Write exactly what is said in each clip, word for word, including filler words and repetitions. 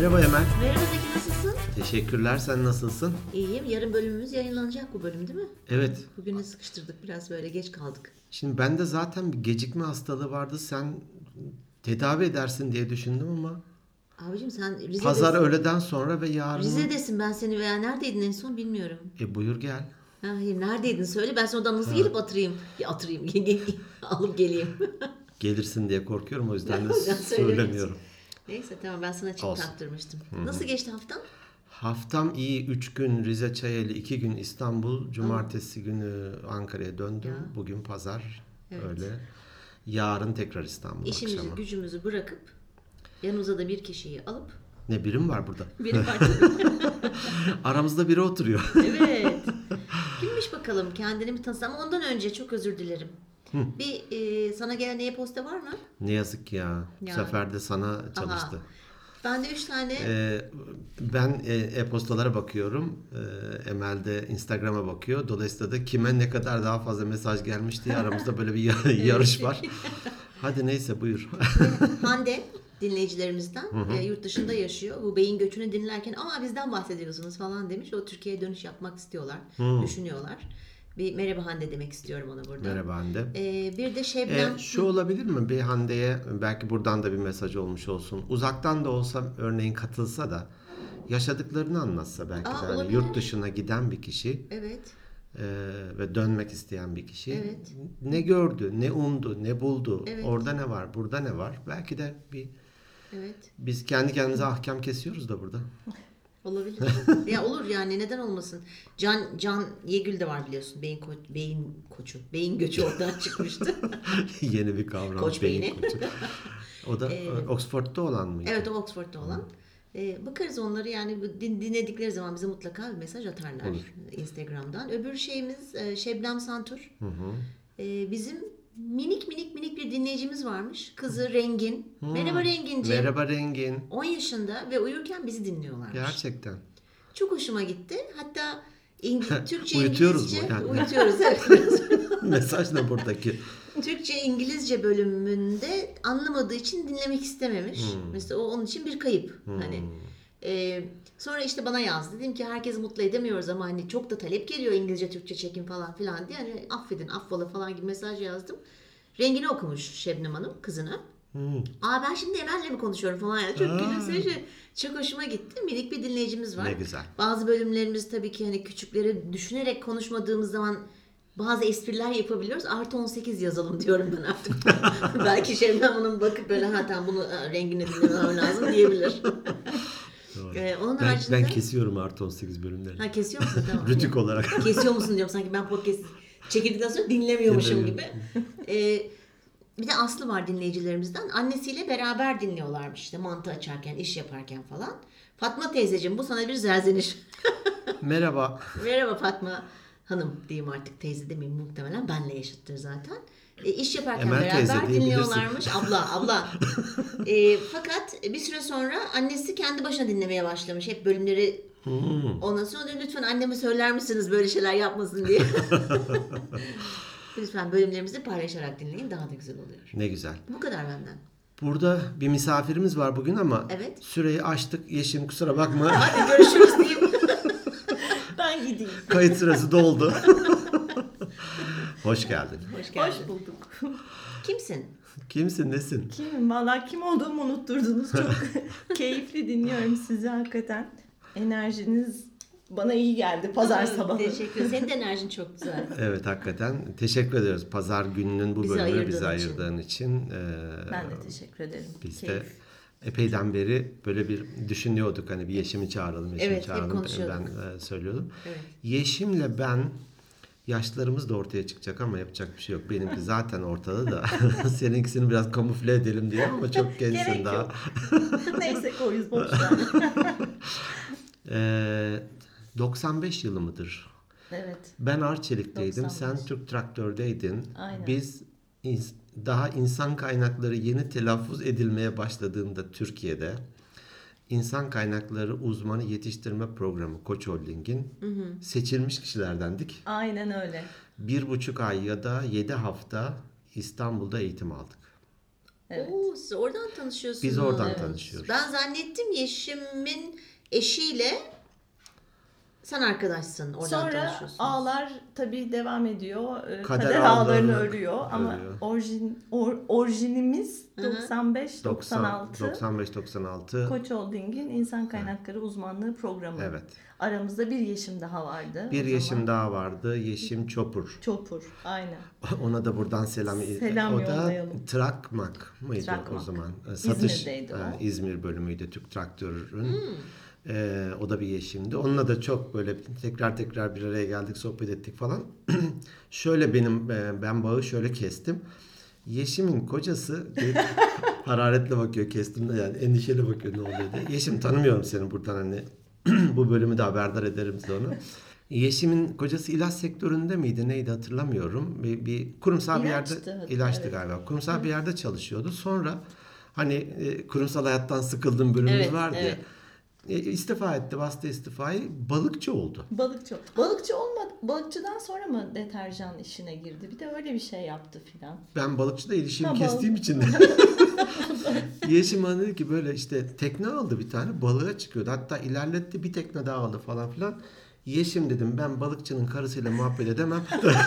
Merhaba Emel. Merhaba Zeki, nasılsın? Teşekkürler, sen nasılsın? İyiyim. Yarın bölümümüz yayınlanacak, bu bölüm değil mi? Evet. Bugünü sıkıştırdık, biraz böyle geç kaldık. Şimdi bende zaten bir gecikme hastalığı vardı. Sen tedavi edersin diye düşündüm ama Abicim sen Rize'desin. pazar öğleden sonra ve yarın... Rize'desin, ben seni veya neredeydin en son bilmiyorum. E buyur gel. Ha, hayır, neredeydin söyle, ben sonra nasıl gelip atırayım? Ya atırayım, alıp geleyim. Gelirsin diye korkuyorum, o yüzden de Ben söylemiyorum. Neyse tamam, ben sana çip Olsun. taktırmıştım. Nasıl geçti haftan? Haftam iyi. Üç gün Rize Çayeli, iki gün İstanbul. Cumartesi günü Ankara'ya döndüm. Ya. Bugün pazar. Evet. Öyle. Yarın tekrar İstanbul İşimizi akşama. gücümüzü bırakıp yanımıza da bir kişiyi alıp Ne birim var burada? biri parça. Aramızda biri oturuyor. Evet. Kimmiş bakalım, kendini mi tanıtsın, ama ondan önce çok özür dilerim. Hı. Bir e, sana gelen e-posta var mı? Ne yazık ki ya. Bu Ya. sefer de sana çalıştı. Aha. Ben de üç tane Ee, ben e, e-postalara bakıyorum. Ee, Emel de Instagram'a bakıyor. Dolayısıyla da kime ne kadar daha fazla mesaj gelmiş diye aramızda böyle bir ya- yarış var. Hadi neyse buyur. Hande dinleyicilerimizden e, yurt dışında yaşıyor. Bu beyin göçünü dinlerken aa bizden bahsediyorsunuz falan demiş. O Türkiye'ye dönüş yapmak istiyorlar. Düşünüyorlar. Bir merhaba Hande demek istiyorum ona burada. Merhaba Hande. E, bir de Şebnem. Ee, şu olabilir mi? Bir Hande'ye belki buradan da bir mesaj olmuş olsun. Uzaktan da olsa örneğin katılsa da yaşadıklarını anlatsa belki Aa, de. Hani olabilir. yurt dışına giden bir kişi. Evet. Ee, ve dönmek isteyen bir kişi Evet. ne gördü, ne umdu, ne buldu, Evet. orada ne var, burada ne var? Belki de bir Evet. biz kendi kendimize ahkam kesiyoruz da burada. Olabilir. Ya olur yani, neden olmasın? Can Can Yegül de var biliyorsun. Beyin ko beyin koçu. Beyin göçü oradan çıkmıştı. Yeni bir kavram. Koç beyin beyni. koçu. O da Ee, Oxford'da olan mıydı? Evet, o Oxford'da olan. Ee, bakarız onları yani, bu din, dinledikleri zaman bize mutlaka bir mesaj atarlar. Olur. Instagram'dan. Öbür şeyimiz e, Şebnem Santur. Hı hı. Ee, bizim minik minik minik bir dinleyicimiz varmış. Kızı Rengin. Merhaba Renginciğim. Merhaba Rengin. on yaşında ve uyurken bizi dinliyorlarmış. Gerçekten. Çok hoşuma gitti. Hatta İngiliz, Türkçe, Uyutuyoruz İngilizce. mu yani? Uyutuyoruz, evet. Mesaj da buradaki. Türkçe İngilizce bölümünde anlamadığı için dinlemek istememiş. Hmm. Mesela o onun için bir kayıp. Hani e, sonra işte bana yazdı. Dedim ki herkesi mutlu edemiyoruz ama hani çok da talep geliyor, İngilizce Türkçe çekin falan filan diye. Hani affedin, affola falan gibi mesaj yazdım. Rengini okumuş Şebnem Hanım, kızına. Hmm. Aa ben şimdi Emel'le mi konuşuyorum falan yani. Çok gülümseyici. Çok hoşuma gitti. Minik bir dinleyicimiz var. Ne güzel. Bazı bölümlerimiz tabii ki hani küçükleri düşünerek konuşmadığımız zaman bazı espriler yapabiliyoruz. Artı on sekiz yazalım diyorum ben artık. Belki Şebnem Hanım bakıp böyle ha tamam bunu ha, rengini dinlemem lazım diyebilir. ee, onun Ben, haricinde... ben kesiyorum artı on sekiz bölümleri. Ha kesiyor musun? Tamam. Rütük olarak. Kesiyor musun diyorum, sanki ben podcast çekildikten sonra dinlemiyormuşum gibi. Ee, bir de Aslı var dinleyicilerimizden. Annesiyle beraber dinliyorlarmış işte, mantı açarken, iş yaparken falan. Fatma teyzeciğim, bu sana bir zerzeniş. Merhaba. Merhaba Fatma Hanım diyeyim artık, teyze demeyeyim, muhtemelen benle yaşıttır zaten. E, iş yaparken Emel teyze beraber diyebilirsin. dinliyorlarmış. Abla, abla. E, fakat bir süre sonra annesi kendi başına dinlemeye başlamış. Hep bölümleri. Hmm. Ondan sonra da lütfen anneme söyler misiniz böyle şeyler yapmasın diye. Lütfen bölümlerimizi paylaşarak dinleyin, daha da güzel oluyor. Ne güzel. Bu kadar benden. Burada bir misafirimiz var bugün ama Evet. süreyi açtık. Yeşim kusura bakma. Hadi görüşürüz diyeyim. Ben gideyim. Kayıt sırası doldu. Hoş geldin. Hoş geldin. Hoş bulduk. Kimsin? Kimsin, nesin? Kimim? Valla kim olduğumu unutturdunuz. Çok keyifli dinliyorum sizi hakikaten. Enerjiniz bana iyi geldi pazar sabahı. Teşekkür ederim. Senin de enerjin çok güzel. Evet hakikaten. Teşekkür ediyoruz. Pazar gününün bu Bizi bölümünü ayırdığın bize için. ayırdığın için. Ee, Ben de teşekkür ederim. Biz Keyif. de epeyden beri böyle bir düşünüyorduk. Hani bir Yeşim'i çağıralım, Yeşim'i Evet, hep çağıralım. konuşuyorduk. Ben e, söylüyordum. Evet. Yeşim'le ben, yaşlarımız da ortaya çıkacak ama yapacak bir şey yok. Benimki zaten ortada da. Seninkisini biraz kamufle edelim diye ama çok gençsin Gerek daha. yok. Neyse koyuz boşver. Ee, doksan beş yılı mıdır? Evet. Ben Arçelik'teydim, doksan beş. sen Türk Traktör'deydin. Aynen. Biz ins- daha insan kaynakları yeni telaffuz edilmeye başladığında Türkiye'de insan kaynakları uzmanı yetiştirme programı Koç Holding'in seçilmiş kişilerdendik. Aynen öyle. Bir buçuk ay ya da yedi hafta İstanbul'da eğitim aldık. Evet. Oo, siz oradan tanışıyorsunuz. Biz oradan Evet. tanışıyoruz. Ben zannettim Yeşim'in eşiyle sen arkadaşsın. Oradan Sonra tanışıyorsunuz. ağlar tabii devam ediyor. Ee, Kader Kader, ağlarını ağlarını örüyor ama örüyor. orijin or, orijinimiz Hı hı. doksan beş doksan doksan, altı doksan beş doksan altı. Koç Holding'in insan kaynakları uzmanlığı programı. Evet. Aramızda bir Yeşim daha vardı. Bir o Yeşim zaman. daha vardı. Yeşim Çopur. Çopur. Aynen. Ona da buradan selam. Selam o da yollayalım. Trakmak mıydı Trakmak. o zaman? Satış. İzmir'deydi o. e, İzmir bölümüydü Türk Traktör'ün. Hmm. Ee, o da bir Yeşim'di. Onunla da çok böyle tekrar tekrar bir araya geldik, sohbet ettik falan. Şöyle benim e, ben bağı şöyle kestim. Yeşim'in kocası hararetle bakıyor, kestim de yani endişeli bakıyor ne oluyor diye. Yeşim, tanımıyorum seni buradan, hani bu bölümü de haberdar ederim size onu. Yeşim'in kocası ilaç sektöründe miydi neydi hatırlamıyorum. Bir, bir kurumsal bir İlaçtı yerde hatta, ilaçtı evet. galiba. Kurumsal bir yerde çalışıyordu. Sonra hani e, kurumsal hayattan sıkıldığım bölümümüz Evet, vardı evet. ya. E, istifa etti, bastı istifayı, balıkçı oldu. Balıkçı. Balıkçı olmadı. Balıkçıdan sonra mı deterjan işine girdi? Bir de öyle bir şey yaptı filan. Ben balıkçıda ilişiğimi Tamam. kestiğim için. Yeşim bana dedi ki böyle işte tekne aldı bir tane, balığa çıkıyordu. Hatta ilerletti, bir tekne daha aldı falan filan. Yeşim dedim, ben balıkçının karısıyla muhabbet edemem.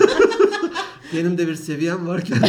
Benim de bir seviyem var ki.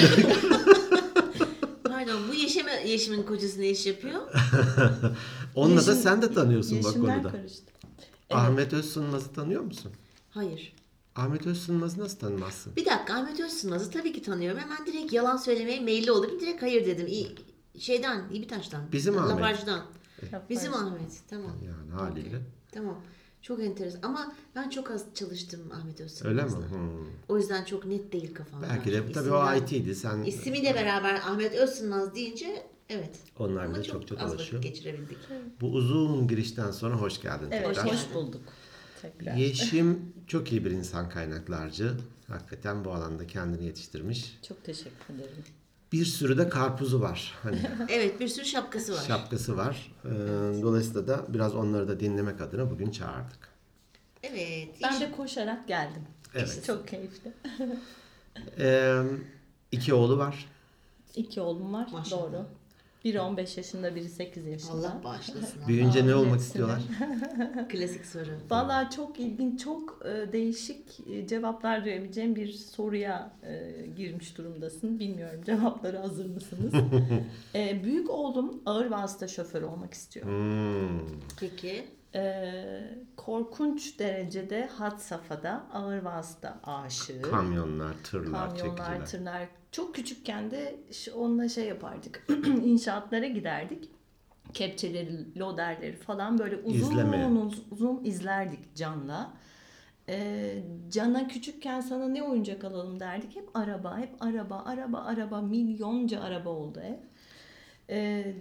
Pardon, bu Yeşim, Yeşim'in kocası ne iş yapıyor? Onunla da Yeşim- sen de tanıyorsun bak Yeşimler onu da. karıştı. Evet. Ahmet Özsunmaz'ı tanıyor musun? Hayır. Ahmet Özsunmaz'ı nasıl tanımazsın? Bir dakika, Ahmet Özsınmaz'ı tabii ki tanıyorum. Hemen direkt yalan söylemeye meyilli oldum. Direkt hayır dedim. İyi, şeyden, İbitaş'tan. Bizim Ahmet. Lafarj'dan. Yaparsın. Bizim Ahmet. Tamam. Yani haliyle. Okey, tamam. Çok enteresan. Ama ben çok az çalıştım Ahmet Özsınmaz'la. Öyle mi? Hmm. O yüzden çok net değil kafamda. Belki de tabii İsimden- o I T'ydi. Sen İsmiyle beraber Ahmet Özsınmaz deyince evet. onlar Ama da çok çok az vakit alışıyor. geçirebildik. Bu uzun girişten sonra hoş geldin Evet, tekrar. Hoş hoş geldin. bulduk. Tekrar. Yeşim çok iyi bir insan kaynaklarcı. Hakikaten bu alanda kendini yetiştirmiş. Çok teşekkür ederim. Bir sürü de karpuzu var. Hani Evet, bir sürü şapkası var. şapkası var. Ee, dolayısıyla da biraz onları da dinlemek adına bugün çağırdık. Evet. Ben iş- de koşarak geldim. Evet. Çok keyifli. Ee, iki oğlu var. İki oğlum var. Maşallah. Doğru. Biri on beş yaşında, biri sekiz yaşında. Allah bağışlasın. Büyüyünce ne Amin olmak etsin. istiyorlar? Klasik soru. Valla çok ilginç, çok e, değişik e, cevaplar duyabileceğim bir soruya e, girmiş durumdasın. Bilmiyorum, cevapları hazır mısınız? E, büyük oğlum ağır vasıta şoförü olmak istiyor. Hmm. Peki. E, korkunç derecede had safhada ağır vasıta aşığı. Kamyonlar, tırlar, Kamyonlar, çekiciler. tırlar. Çok küçükken de ş- onunla şey yapardık. İnşaatlara giderdik. Kepçeleri, loderleri falan böyle uzun İzlemeye. uzun, uzun izlerdik Can'la. Ee, Can'a küçükken sana ne oyuncak alalım derdik. Hep araba, hep araba, araba, araba. Milyonca araba oldu hep. Ee,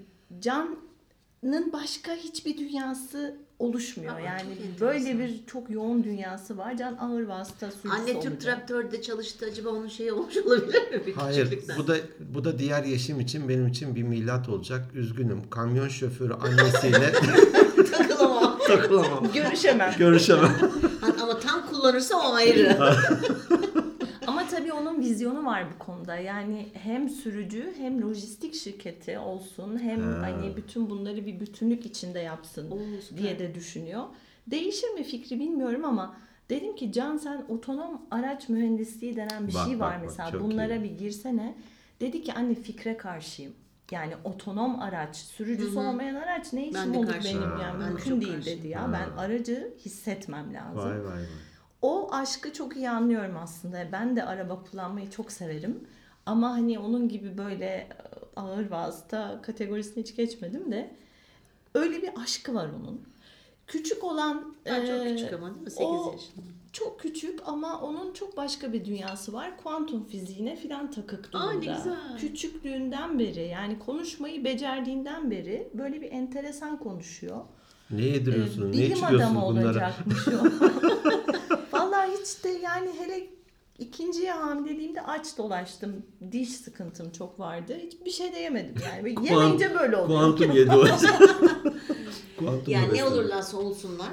Can'ın başka hiçbir dünyası oluşmuyor. Aa, yani çok enteresan. böyle bir çok yoğun dünyası var. Can ağır vasıta sürücüsü Anne Türk olacak. Traktör'de çalıştı. Acaba onun şeyi olmuş olabilir mi? Bir Hayır, küçüklükten? bu da bu da diğer Yeşim için, benim için bir milat olacak. Üzgünüm. Kamyon şoförü annesiyle Takılamam. takılamam. Görüşemem. Görüşemem. Ha, ama tam kullanırsa o ayrı. Ama tabii onun vizyonu var bu konuda. Yani hem sürücü hem lojistik şirketi olsun, hem Ha. hani bütün bunları bir bütünlük içinde yapsın Oo, süper. diye de düşünüyor. Değişir mi fikri bilmiyorum ama dedim ki Can, sen otonom araç mühendisliği denen bir Bak, şey var bak, bak, mesela. çok Bunlara iyi. bir girsene. Dedi ki anne, fikre karşıyım. Yani otonom araç, sürücüsü Hı hı. olmayan araç ne Ben işim de olur karşıyım. benim Ha. yani Ben de mümkün çok değil karşıyım. dedi ya. Ha. Ben aracı hissetmem lazım. Vay vay vay. O aşkı çok iyi anlıyorum aslında. Ben de araba kullanmayı çok severim. Ama hani onun gibi böyle ağır vasıta kategorisine hiç geçmedim de öyle bir aşkı var onun. Küçük olan Ha, çok e, küçük ama değil mi? sekiz o yaşında. çok küçük ama onun çok başka bir dünyası var. Kuantum fiziğine filan takık durumda. Aa, ne güzel. Küçüklüğünden beri, yani konuşmayı becerdiğinden beri böyle bir enteresan konuşuyor. Ne yediriyorsun? Ee, ne bilim içiriyorsun adamı bunları? olacakmış o. Vallahi hiç de yani hele ikinciye hamileliğimde aç dolaştım. Diş sıkıntım çok vardı. Hiçbir şey de yemedim yani. Kuant- Yemeyince böyle oluyor. Kuantum yedi o. Kuantum Yani ne beslenme. olurlarsa olsunlar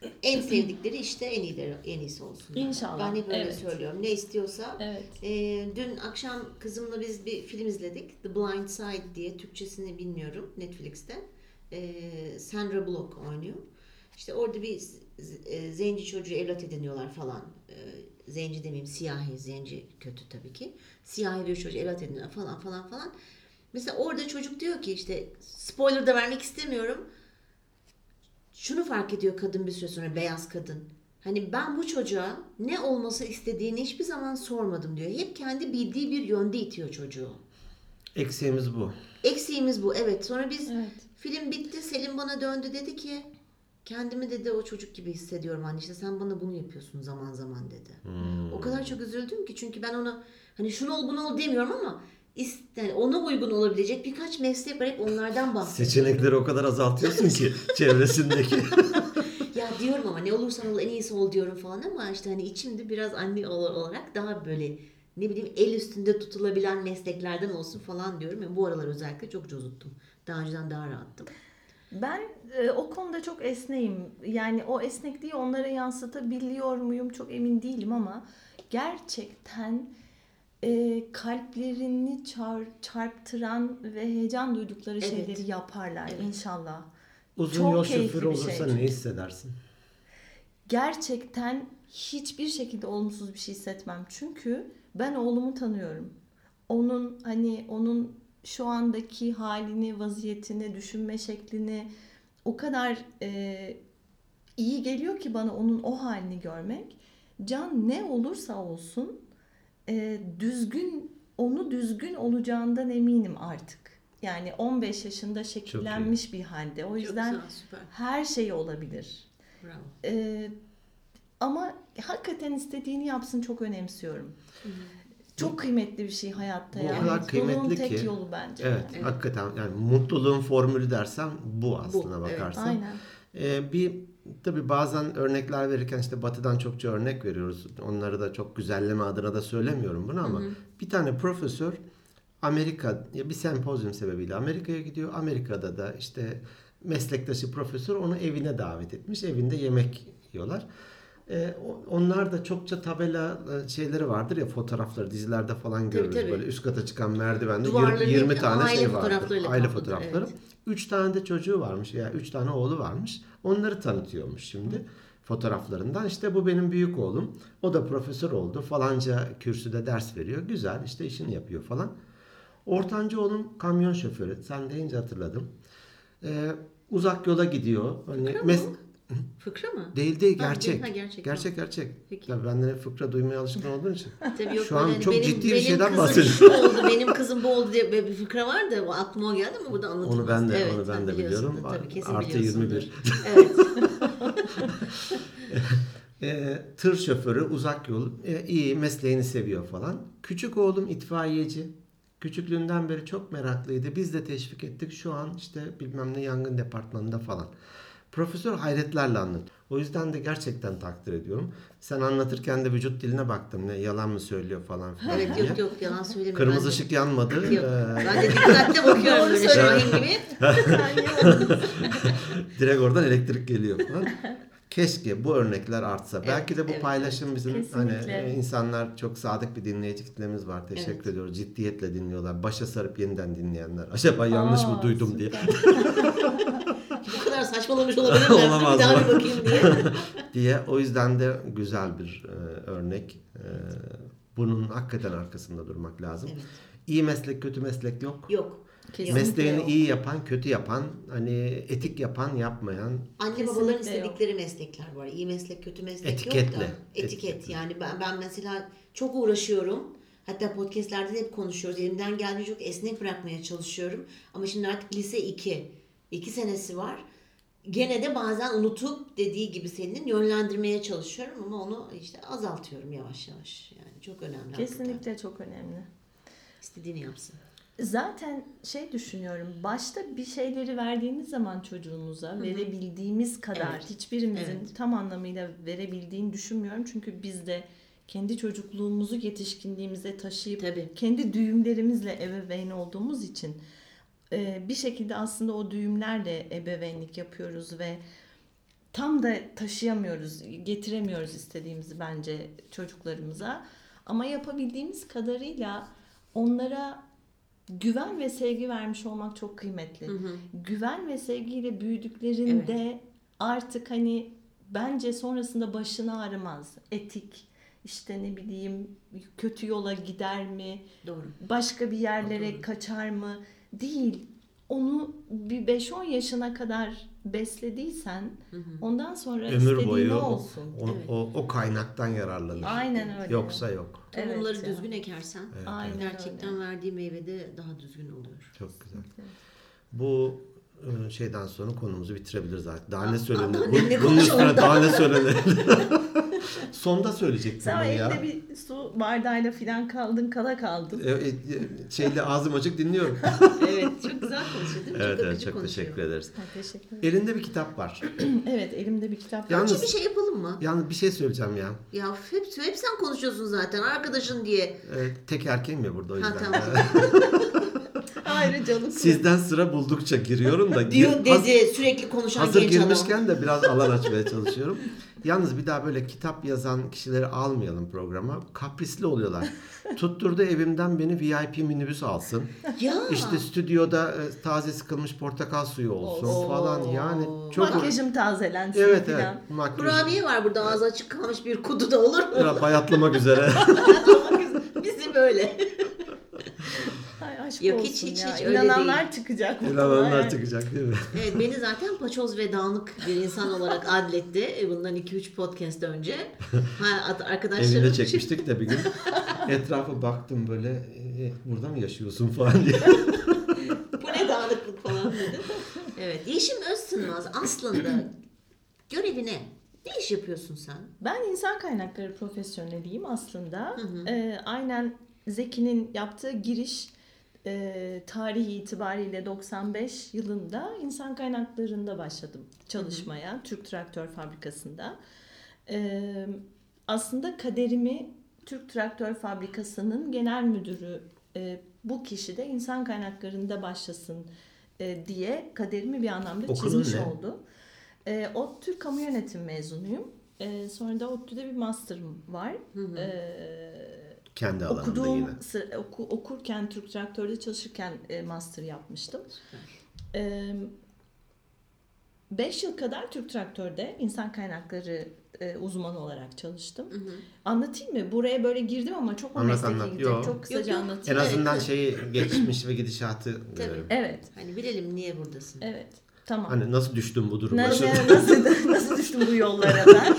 En sevdikleri işte en iyileri, en iyisi olsun. İnşallah, Ben hep öyle evet. söylüyorum. Ne istiyorsa. Evet. Ee, dün akşam kızımla biz bir film izledik. The Blind Side diye. Türkçesini bilmiyorum. Netflix'te. Ee, Sandra Bullock oynuyor. İşte orada bir z- e, zenci çocuğu evlat ediniyorlar falan. Ee, zenci demeyeyim, siyahi. Zenci kötü tabii ki. Siyahi bir çocuğu evlat ediniyorlar falan falan falan. Mesela orada çocuk diyor ki, işte spoiler da vermek istemiyorum. Şunu fark ediyor kadın bir süre sonra, beyaz kadın. Hani ben bu çocuğa ne olması istediğini hiçbir zaman sormadım diyor. Hep kendi bildiği bir yönde itiyor çocuğu. Eksiğimiz bu. Eksiğimiz bu, evet. Sonra biz Evet. film bitti, Selim bana döndü, dedi ki kendimi dedi o çocuk gibi hissediyorum anne, işte sen bana bunu yapıyorsun zaman zaman dedi. Hmm. O kadar çok üzüldüm ki, çünkü ben ona hani şunu ol bunu ol demiyorum ama ist- yani ona uygun olabilecek birkaç meslek var, hep onlardan bahsediyorum. Seçenekleri o kadar azaltıyorsun ki çevresindeki. Ya diyorum ama ne olursan ol en iyisi ol diyorum falan, ama işte hani içimde biraz anne ol- olarak daha böyle ne bileyim el üstünde tutulabilen mesleklerden olsun falan diyorum. Yani bu aralar özellikle çok cozuttum. Daha önceden daha rahattım. Ben e, o konuda çok esneyim. Yani o esnekliği onlara yansıtabiliyor muyum çok emin değilim ama gerçekten e, kalplerini çar- çarptıran ve heyecan duydukları Evet. şeyleri yaparlar Evet. inşallah. Uzun Çok yol keyifli şoförü bir şey olursa çünkü. ne hissedersin? Gerçekten hiçbir şekilde olumsuz bir şey hissetmem. Çünkü ben oğlumu tanıyorum. Onun hani onun şu andaki halini, vaziyetini, düşünme şeklini o kadar e, iyi geliyor ki bana onun o halini görmek. Can ne olursa olsun e, düzgün, onu düzgün olacağından eminim artık. Yani on beş yaşında şekillenmiş bir halde. O yüzden Çok güzel, süper. her şey olabilir. Bravo. Ee, ama hakikaten istediğini yapsın, çok önemsiyorum. Çok kıymetli bir şey hayatta Bu ya. o kadar Mutluluğun kıymetli tek ki. yolu bence. Evet, Evet. hakikaten yani mutluluğun formülü dersen bu aslına Bu, evet. bakarsan. Aynen. Ee, bir tabii bazen örnekler verirken işte Batı'dan çokça örnek veriyoruz. Onları da çok güzelleme adına da söylemiyorum bunu ama bir tane profesör Amerika bir sempozyum sebebiyle Amerika'ya gidiyor. Amerika'da da işte meslektaşı profesör onu evine davet etmiş. Evinde yemek yiyorlar. Ee, onlar da çokça tabela e, şeyleri vardır ya, fotoğrafları dizilerde falan görürüz, tabii. böyle üst kata çıkan merdivende Duvarların yirmi hepsi tane aile şey vardır. fotoğraflarıyla Aile kaplıdır, fotoğrafları. evet. Üç tane de çocuğu varmış ya, üç tane oğlu varmış. Onları tanıtıyormuş şimdi fotoğraflarından. İşte bu benim büyük oğlum. O da profesör oldu. Falanca kürsüde ders veriyor. Güzel, işte işini yapıyor falan. Ortanca oğlum kamyon şoförü. Sen deyince hatırladım. Ee, uzak yola gidiyor. Hani Fıkra mı? mes- Fıkra mı? Değil değil, Ha, gerçek. değil, ha, gerçek, gerçek tamam. gerçek. Peki. Tabii benden hep fıkra duymaya alışkın olduğun için. Tabii yok, Şu böyle an hani çok benim, ciddi bir benim şeyden kızım bahsediyorum. şu oldu, benim kızım bu oldu diye böyle bir fıkra var da o aklıma o geldi ama burada anlatılmaz. Onu ben de evet, onu ben sen de biliyorsundur, biliyorum. tabii kesin Artı biliyorsundur. yirmi bir. Evet. E, tır şoförü, uzak yol, e, iyi, mesleğini seviyor falan. Küçük oğlum itfaiyeci. Küçüklüğünden beri çok meraklıydı. Biz de teşvik ettik. Şu an işte bilmem ne yangın departmanında falan. Profesör hayretlerle anlatıyor. O yüzden de gerçekten takdir ediyorum. Sen anlatırken de vücut diline baktım. Ne yalan mı söylüyor falan filan Evet, diye. yok yok, yalan söylemiyorum. Kırmızı Ben de- ışık yanmadı. Yok. Ee, Ben de dikkatle bakıyorum böyle Şahin gibi. direkt oradan elektrik geliyor falan. Keşke bu örnekler artsa. Evet, Belki de bu evet, paylaşım bizim Kesinlikle. hani e, insanlar çok sadık bir dinleyici kitlemiz var. Teşekkür Evet. ediyoruz. Ciddiyetle dinliyorlar. Başa sarıp yeniden dinleyenler. Acaba yanlış mı Aa, duydum diye. Bu kadar saçmalamış olabilirler. Olamaz Bir daha mı? bir bakayım diye. diye. O yüzden de güzel bir e, örnek. E, bunun hakikaten arkasında durmak lazım. Evet. İyi meslek, kötü meslek yok. Yok. Kesinlikle Mesleğini yok. iyi yapan, kötü yapan, hani etik yapan, yapmayan. Anne Kesinlikle babaların yok. istedikleri meslekler var. İyi meslek, kötü meslek Etiketle. yok da. Etiket. Etiketle. Yani ben, ben mesela çok uğraşıyorum. Hatta podcastlerde de hep konuşuyoruz. Elimden geldiğince çok esnek bırakmaya çalışıyorum. Ama şimdi artık lise iki. iki senesi var. Gene de bazen unutup dediği gibi senin yönlendirmeye çalışıyorum ama onu işte azaltıyorum yavaş yavaş. Yani çok önemli. hakikaten. Kesinlikle çok önemli. İstediğini yapsın. Zaten şey düşünüyorum, başta bir şeyleri verdiğimiz zaman çocuğumuza verebildiğimiz kadar Evet. hiçbirimizin Evet. tam anlamıyla verebildiğini düşünmüyorum. Çünkü biz de kendi çocukluğumuzu yetişkinliğimize taşıyıp Tabii. kendi düğümlerimizle ebeveyn olduğumuz için e, bir şekilde aslında o düğümlerle ebeveynlik yapıyoruz ve tam da taşıyamıyoruz, getiremiyoruz istediğimizi bence çocuklarımıza. Ama yapabildiğimiz kadarıyla onlara güven ve sevgi vermiş olmak çok kıymetli. Hı hı. Güven ve sevgiyle büyüdüklerinde Evet. artık hani bence sonrasında başını ağrımaz. Etik, işte ne bileyim kötü yola gider mi? Doğru. Başka bir yerlere Doğru. kaçar mı? Değil. Onu bir beş on yaşına kadar beslediysen Hı hı. ondan sonra Ömür istediğin boyu o o, olsun. o, Evet. o, o kaynaktan yararlanır. Aynen öyle. Yoksa yok. Tohumları Evet ya. düzgün ekersen Evet, Aynen gerçekten öyle. verdiği meyve de daha düzgün oluyor. Çok güzel. Evet. Bu e, şeyden sonra konumuzu bitirebiliriz artık. Daha Aa, ne söylenir? aa, Bu- ne- ne Bunun üstüne konuşalım daha ne söylenir? Sonda söyleyecektim Sen bunu ya. elinde bir su bardağıyla falan kaldın, kala kaldın. E, e, şeyle ağzım açık dinliyorum. Evet, çok güzel konuşuyor değil mi? Evet çok evet akıcı çok konuşuyor. teşekkür ederiz. Ha, teşekkür ederim. Elinde bir kitap var. Evet, elimde bir kitap var. Yalnız- Önce bir şey yapalım mı? Yalnız bir şey söyleyeceğim ya. Ya hep, hep sen konuşuyorsun zaten arkadaşın diye. E, tek erkeğim ya burada o yüzden. Ha, tamam. Ayrıcalıklı. Sizden sıra buldukça giriyorum da. Diyor gir- haz- dedi sürekli konuşan Hazır genç adam. girmişken de biraz alan açmaya çalışıyorum. Yalnız bir daha böyle kitap yazan kişileri almayalım programa. Kaprisli oluyorlar. Tutturdu evimden beni V I P minibüs alsın. Ya. İşte stüdyoda e, taze sıkılmış portakal suyu olsun Oo. falan. Yani çok... Makyajım tazelensin Evet falan. evet. Makyaj. Kurabiye var burada ağzı açık kalmış bir kutu da olur mu? Biraz bayatlamak üzere. Bizi böyle. Ay aşk Yok, olsun hiç, hiç, ya. hiç öyle İnananlar değil. çıkacak. İnananlar Yani. çıkacak değil mi? Evet, beni zaten paçoz ve dağınık bir insan olarak adletti. Bundan iki üç podcast önce. Ha, arkadaşlarım Evinde çekmiştik de bir gün. Etrafa baktım böyle e, burada mı yaşıyorsun falan diye. Bu ne dağınıklık falan dedi. Evet, Yeşim Özsınmaz aslında görevi ne? Ne iş yapıyorsun sen? Ben insan kaynakları profesyoneliyim aslında. Hı hı. Ee, aynen Zeki'nin yaptığı giriş e, tarihi itibariyle doksan beş yılında insan kaynaklarında başladım çalışmaya. Türk Traktör Fabrikası'nda. Ee, aslında kaderimi Türk Traktör Fabrikası'nın genel müdürü e, bu kişi de insan kaynaklarında başlasın e, diye kaderimi bir anlamda Okulun çizmiş ne? oldu. E, ODTÜ Kamu Yönetim mezunuyum. E, sonra da ODTÜ'de bir master'ım var. Hı hı. E, Kendi alanında okuduğum yine. sı- oku, okurken Türk Traktör'de çalışırken e, master yapmıştım. Süper. E, beş yıl kadar Türk Traktör'de insan kaynakları e, uzmanı olarak çalıştım. Hı hı. Anlatayım mı? Buraya böyle girdim ama çok o Anlat, mesleki anlat. gidecek. Yo. Çok kısaca Yok, yok. En anlatayım. azından Evet. şeyi geçmiş ve gidişatı Tabii. görelim. Evet. Hani bilelim niye buradasın. Evet. Tamam. Hani nasıl düştün bu duruma? Ne, Şimdi- ne- nasıl, nasıl düştüm bu yollara ben?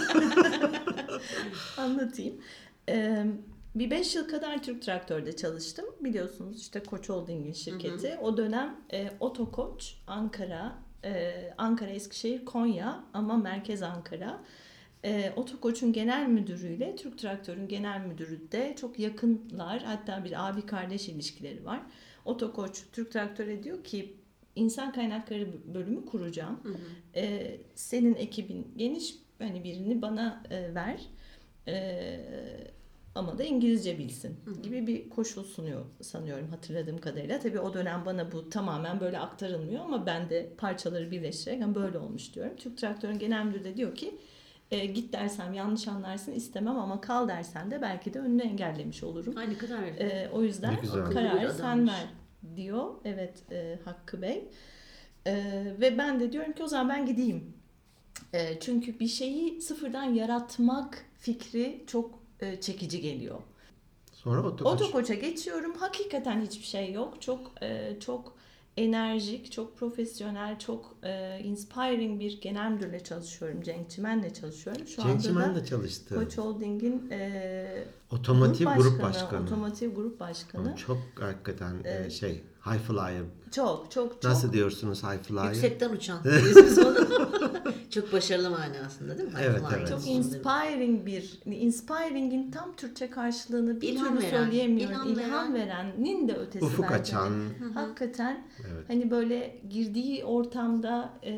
Anlatayım. Ee, bir beş yıl kadar Türk Traktör'de çalıştım. Biliyorsunuz işte Koç Holding'in şirketi. O dönem e, Otokoç, Ankara, e, Ankara, Eskişehir, Konya ama merkez Ankara. E, Otokoç'un genel müdürüyle Türk Traktör'ün genel müdürü de çok yakınlar. Hatta bir abi kardeş ilişkileri var. Otokoç Türk Traktör'e diyor ki insan kaynakları bölümü kuracağım. Hı hı. Ee, senin ekibin geniş, hani birini bana e, ver. Ee, ama da İngilizce bilsin gibi bir koşul sunuyor sanıyorum hatırladığım kadarıyla. Tabii o dönem bana bu tamamen böyle aktarılmıyor ama ben de parçaları birleştirerek yani böyle olmuş diyorum. Türk Traktör'ün genel müdürü de diyor ki e, git dersem yanlış anlarsın istemem ama kal dersen de belki de önünü engellemiş olurum. Ay ne kadar. E, o yüzden Ne güzel. Akıllı bir kararı sen adammış. ver diyor. Evet e, Hakkı Bey. E, ve ben de diyorum ki o zaman ben gideyim. E, çünkü bir şeyi sıfırdan yaratmak fikri çok e, çekici geliyor. Sonra otokoç. Otokoç'a geçiyorum. Hakikaten hiçbir şey yok. Çok e, çok enerjik, çok profesyonel, çok e, inspiring bir genel müdürle çalışıyorum. Cenk Çimen'le çalışıyorum. Şu Cenk anda Çimen da de çalıştı. Koç Holding'in e, Otomotiv grup başkanı. Otomotiv grup başkanı. Çok hakikaten e, Evet. şey high flyer. Çok çok çok. Nasıl diyorsunuz high flyer? Yüksekten uçan. Biz onu. Çok başarılı manasında değil mi? Evet, Flying evet. Çok olsun. inspiring bir, inspiring'in tam Türkçe karşılığını bir İlham türlü veren, söyleyemiyorum. ilham İlham, veren. verenin de ötesi Ufuk bence. açan. Hakikaten Evet. hani böyle girdiği ortamda e,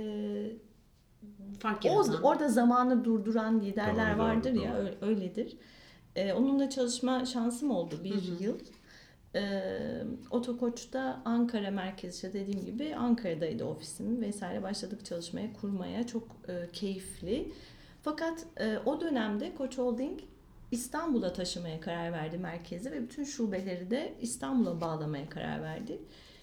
Fark o, yaratan. orada zamanı durduran liderler Doğru, doğru, vardır doğru. ya öyle- öyledir. E, onunla çalışma şansım oldu bir yıl. Ee, Otokoç'ta Ankara merkezi, işte dediğim gibi Ankara'daydı ofisim vesaire, başladık çalışmaya, kurmaya, çok e, keyifli. Fakat e, o dönemde Koç Holding İstanbul'a taşımaya karar verdi merkezi ve bütün şubeleri de İstanbul'a bağlamaya karar verdi.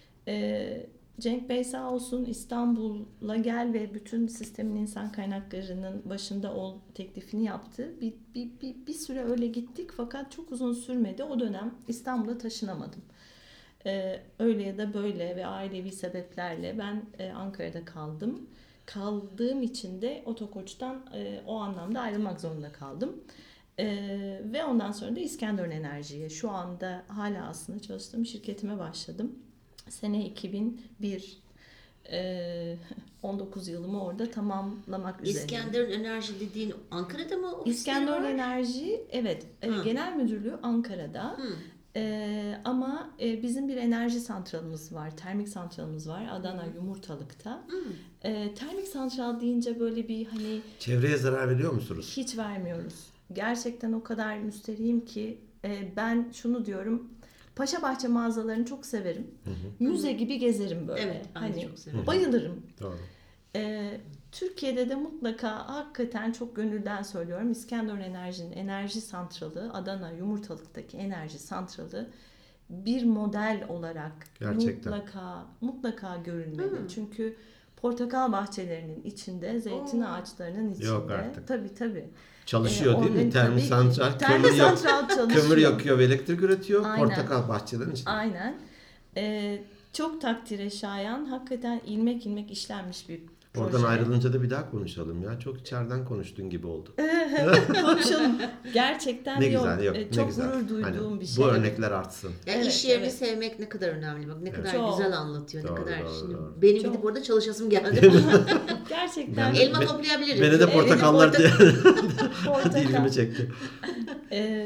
E, Cenk Bey sağ olsun İstanbul'a gel ve bütün sistemin insan kaynaklarının başında ol teklifini yaptı. Bir, bir, bir, bir süre öyle gittik fakat çok uzun sürmedi. O dönem İstanbul'a taşınamadım. Ee, öyle ya da böyle ve ailevi sebeplerle ben e, Ankara'da kaldım. Kaldığım için de Otokoç'tan e, o anlamda ayrılmak zorunda kaldım. E, ve ondan sonra da İskenderun Enerji'ye, şu anda hala aslında çalıştığım şirketime başladım. Sene iki bin bir, e, on dokuz yılımı orada tamamlamak üzere. İskenderun Enerji dediğin Ankara'da mı ofisleri İskenderun var? Enerji, evet, e, Ha. genel müdürlüğü Ankara'da. Hı. E, ama e, bizim bir enerji santralımız var, termik santralımız var Adana Yumurtalık'ta. Hı. E, termik santral deyince böyle bir hani Çevreye zarar veriyor musunuz? hiç vermiyoruz. Gerçekten o kadar müsterihim ki e, ben şunu diyorum. Paşabahçe mağazalarını çok severim. Hı hı. Müze gibi gezerim böyle. Evet, ben de hani çok severim. bayılırım. Doğru. Ee, Türkiye'de de mutlaka, hakikaten çok gönülden söylüyorum, İskenderun Enerji'nin enerji santralı, Adana Yumurtalık'taki enerji santralı bir model olarak Gerçekten. mutlaka mutlaka görülmeli. Hı. Çünkü portakal bahçelerinin içinde, zeytin Oo. ağaçlarının içinde. Yok artık. Tabii tabii. Çalışıyor Ee, değil mi? onların Termik tabii ki- santral, Termik kömür, yak- santral çalışıyor. kömür yakıyor ve elektrik üretiyor. Aynen. Portakal bahçelerin içinde. Aynen. Ee, çok takdire şayan, hakikaten ilmek ilmek işlenmiş bir proje. Oradan ayrılınca da bir daha konuşalım ya. Çok içeriden konuştuğun gibi oldu. Konuşalım. Gerçekten Ne yok. güzel, yok. Ee, Ne Çok güzel. gurur duyduğum Hani bir şey. bu örnekler artsın. Yani Evet, iş yerini evet. sevmek ne kadar önemli. Bak ne Evet. kadar Çok. güzel anlatıyor. Doğru, ne kadar doğru, şimdi doğru. benim Çok. gidip orada çalışasım geldi. Gerçekten. Ben- Elma Be- toplayabilirim. Beni de Evde portakallar diye Portakal. ilgimi çekti. Ee,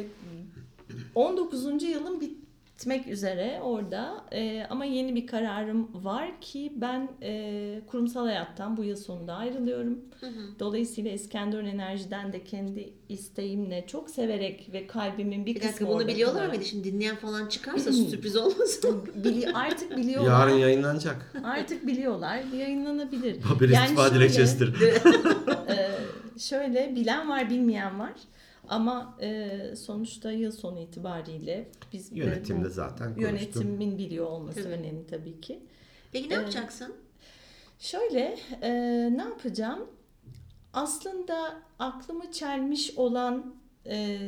on dokuzuncu yılım bitmek üzere orada. Ee, ama yeni bir kararım var ki ben e, kurumsal hayattan bu yıl sonunda ayrılıyorum. Hı hı. Dolayısıyla İskenderun Enerji'den de kendi isteğimle, çok severek ve kalbimin bir, Bir kısmı dakika bunu orada biliyorlar kalarak- mıydı? Şimdi dinleyen falan çıkarsa sürpriz olmasın. Bili- artık biliyorlar. Yarın yayınlanacak. Artık biliyorlar. Yayınlanabilir. Bir Yani istifa şöyle- dilekçesidir. Ee, şöyle, bilen var bilmeyen var. Ama e, sonuçta yıl sonu itibariyle biz de Yönetimde bu zaten konuştum. yönetimin biliyor olması Tabii. önemli tabii ki. Peki ne Ee, yapacaksın? Şöyle, e, ne yapacağım? Aslında aklımı çelmiş olan e,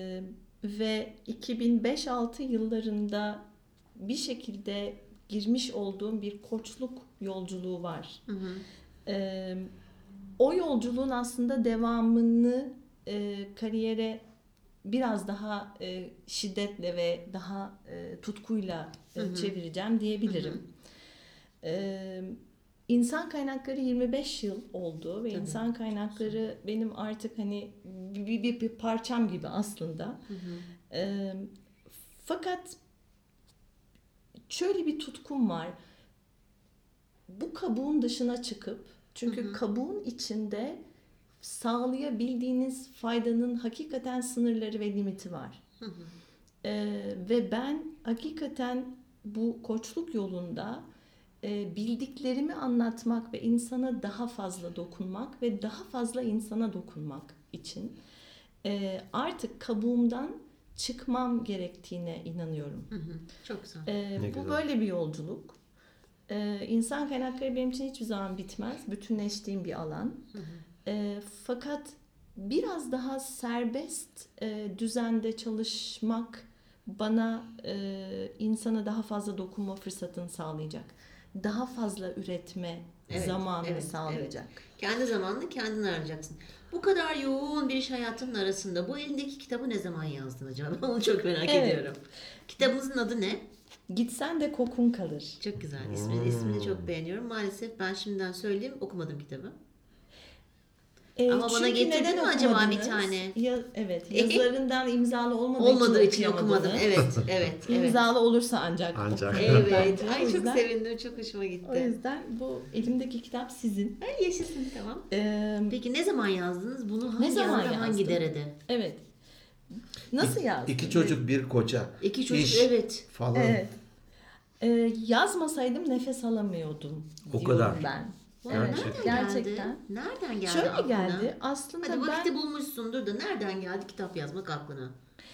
ve iki bin beş altı yıllarında bir şekilde girmiş olduğum bir koçluk yolculuğu var. Hı hı. E, o yolculuğun aslında devamını e, kariyere biraz daha e, şiddetle ve daha e, tutkuyla e, Hı hı. çevireceğim diyebilirim. E, İnsan kaynakları yirmi beş yıl oldu ve Tabii. insan kaynakları benim artık hani bir, bir, bir parçam gibi aslında. Hı hı. E, fakat şöyle bir tutkum var. Bu kabuğun dışına çıkıp, çünkü Hı hı. kabuğun içinde sağlayabildiğiniz faydanın hakikaten sınırları ve limiti var. Hı hı. Ee, ve ben hakikaten bu koçluk yolunda e, bildiklerimi anlatmak ve insana daha fazla dokunmak ve daha fazla insana dokunmak için e, artık kabuğumdan çıkmam gerektiğine inanıyorum. Hı hı. Çok güzel. Ee, Ne bu güzel. böyle bir yolculuk. Ee, insan kaynakları benim için hiçbir zaman bitmez. Bütünleştiğim bir alan. Hı hı. Ee, fakat biraz daha serbest e, düzende çalışmak bana e, insana daha fazla dokunma fırsatını sağlayacak. Daha fazla üretme Evet, zamanını evet, sağlayacak. Kendi zamanını kendin arayacaksın. Bu kadar yoğun bir iş hayatının arasında bu elindeki kitabı ne zaman yazdın acaba? Ben onu çok merak Evet. ediyorum. Kitabınızın adı ne? Gitsen de kokun kalır. Çok güzel. İsmini, Hmm. ismini çok beğeniyorum. Maalesef ben şimdiden söyleyeyim okumadım kitabı. Ee, Ama bana çünkü getirdin neden mi acaba bir okumadınız? tane? Ya, evet. Yazarından imzalı olmadığı, Olmadığı için, için okumadım. okuyamadınız. Evet, evet, evet. İmzalı olursa ancak. Ancak. okuyorum Evet. bence. Ay O çok yüzden- sevindim. Çok hoşuma O gitti. yüzden bu elimdeki kitap sizin. Ay yaşasın tamam. Ee, Peki ne zaman yazdınız? Bunu hangi zaman yılda, hangi yazdım? derede? evet. Nasıl yazdım? İki çocuk bir koca. İki çocuk iş evet. falan. Evet. Ee, yazmasaydım nefes alamıyordum O diyorum kadar. ben. Vay, Evet, Gerçekten. Nereden gerçekten. geldi? Nereden geldi Şöyle aklına? geldi. Aslında Hadi vakti ben bulmuşsundur da nereden geldi kitap yazmak aklına?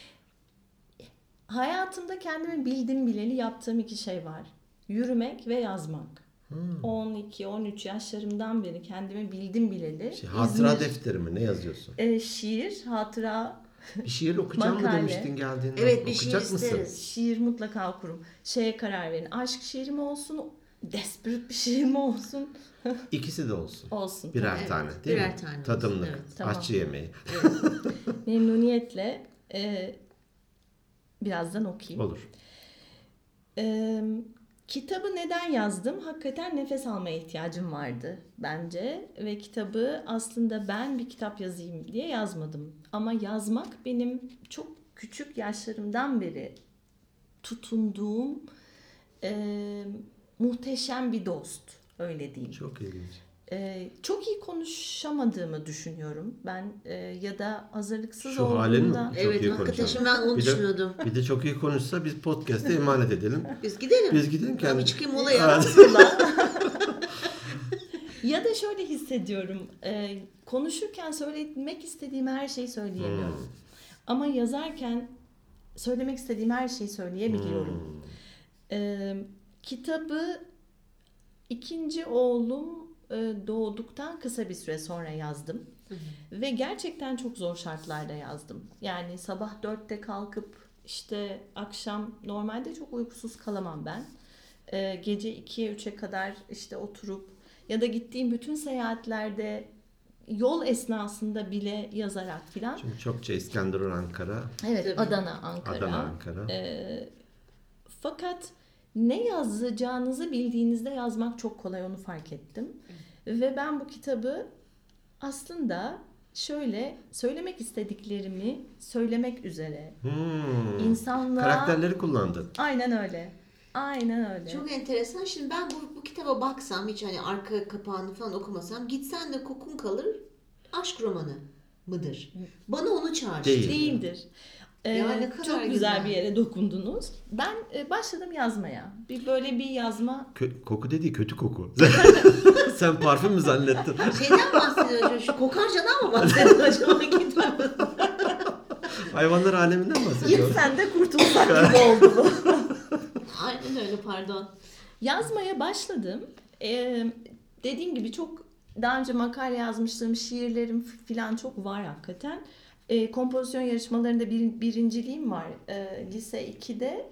hayatımda kendimi bildim bileli yaptığım iki şey var. Yürümek ve yazmak. on iki on üç yaşlarımdan beri kendimi bildim bileli. Şey, hatıra İzmir- defteri mi? Ne yazıyorsun? e, şiir, hatıra, Bir şiir okuyacağım mı Makale. demiştin geldiğinde? Evet, bir şiir Okuyacak mısın? isteriz. şiir mutlaka okurum. Şeye karar verin. Aşk şiiri mi olsun, desperate bir şiir mi olsun? İkisi de olsun. Olsun. Birer Evet, tane değil birer mi? tane olsun, Tadımlık, evet. Tamam. aşçı yemeği. Memnuniyetle e, birazdan okuyayım. Olur. Ee, kitabı neden yazdım? Hakikaten nefes almaya ihtiyacım vardı bence. Ve kitabı aslında ben bir kitap yazayım diye yazmadım. Ama yazmak benim çok küçük yaşlarımdan beri tutunduğum e, muhteşem bir dost. Öyle diyeyim. Çok ilginç. Ee, çok iyi konuşamadığımı düşünüyorum. Ben e, ya da hazırlıksız Şu halin mi? olduğumda... Çok Evet iyi hakikaten konuşan. şimdi ben onu Bir de- düşünüyordum. Bir de çok iyi konuşsa biz podcast'e emanet edelim. Biz gidelim. Biz gidelim Ben kendi. bir çıkayım molaya. Ya da şöyle hissediyorum. e, konuşurken söylemek istediğim her şeyi söyleyemiyorum. Hmm. Ama yazarken söylemek istediğim her şeyi söyleyebiliyorum. Hmm. E, kitabı ikinci oğlum e, doğduktan kısa bir süre sonra yazdım. Ve gerçekten çok zor şartlarda yazdım. Yani sabah dörtte kalkıp işte akşam normalde çok uykusuz kalamam ben. E, gece ikiye üçe kadar işte oturup ya da gittiğim bütün seyahatlerde yol esnasında bile yazarak filan. Çünkü çokça İskenderun, Ankara, Evet, Tabii. Adana, Ankara. Adana, Ankara. Ee, fakat ne yazacağınızı bildiğinizde yazmak çok kolay, onu fark ettim. Ve ben bu kitabı aslında şöyle söylemek istediklerimi söylemek üzere Hmm. insanlığa... Karakterleri kullandın. Aynen öyle. Aynen öyle. Çok enteresan. Şimdi ben bu, bu kitaba baksam hiç hani arka kapağını falan okumasam gitsen de kokun kalır aşk romanı mıdır? Bana onu çağrıştı. Değil. Değildir. Ee, Ya ne kadar çok güzel, güzel. bir yere dokundunuz. Ben e, başladım yazmaya. Bir böyle bir yazma. Kö- koku dediği kötü koku. Sen parfüm mü zannettin? Şeyden bahsediyor. Şu kokarcadan mı bahsediyor acaba kitabı? Hayvanlar aleminden mi bahsediyor? Sen de kurtulsak gibi oldu bu. Aynen öyle pardon. Yazmaya başladım. Ee, dediğim gibi çok daha önce makale yazmıştım, şiirlerim falan çok var hakikaten. Ee, kompozisyon yarışmalarında bir, birinciliğim var. Ee, lise ikide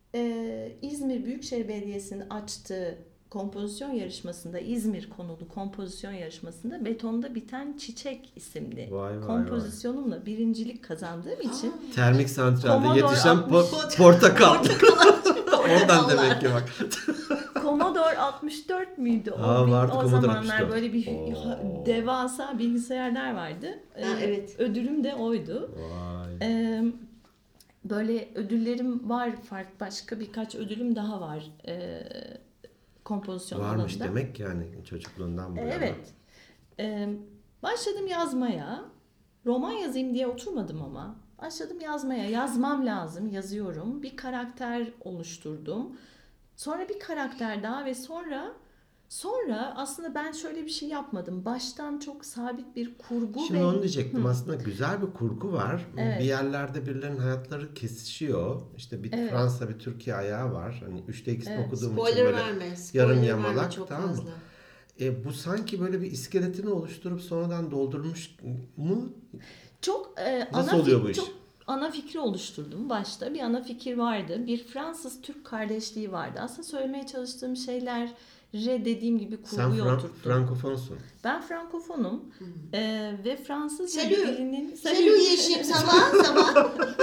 e, İzmir Büyükşehir Belediyesi'nin açtığı kompozisyon yarışmasında, İzmir konulu kompozisyon yarışmasında Betonda Biten Çiçek isimli Vay, vay, kompozisyonumla birincilik kazandığım için Termik santralde Commodore yetişen po- altmış portakal. Oradan demek ki bak. Commodore altmış dört müydü? O, Aa, bir- vardı o Commodore zamanlar altmış dört. böyle bir Oo. devasa bilgisayarlar vardı. Ee, Ha, evet. Ödülüm de oydu. Vay. Ee, böyle ödüllerim var, farklı başka birkaç ödülüm daha var. Ee, kompozisyon Varmış alanında. demek yani çocukluğundan bu yana. Evet. Ee, başladım yazmaya. Roman yazayım diye oturmadım ama. Başladım yazmaya. Yazmam lazım. Yazıyorum. Bir karakter oluşturdum. Sonra bir karakter daha ve sonra sonra aslında ben şöyle bir şey yapmadım. Baştan çok sabit bir kurgu Şimdi ve onu diyecektim. Aslında güzel bir kurgu var. Evet. Bir yerlerde birilerinin hayatları kesişiyor. İşte bir Evet. Fransa, bir Türkiye ayağı var. Hani üçte ikisini Evet. okuduğum için Spoiler böyle verme. Spoiler yarım verme yamalak, çok tamam mı? fazla. E, bu sanki böyle bir iskeletini oluşturup sonradan doldurmuş mu? çok e, Nasıl ana oluyor fik- bu iş? çok ana fikri oluşturdum başta. Bir ana fikir vardı. Bir Fransız-Türk kardeşliği vardı. Aslında söylemeye çalıştığım şeyler dediğim gibi Sen kurguyu Fran- oturttum. Frankofonsun. Ben Frankofonum e, ve Fransızca Salut. dilinin... Salut Yeşim sabah sabah.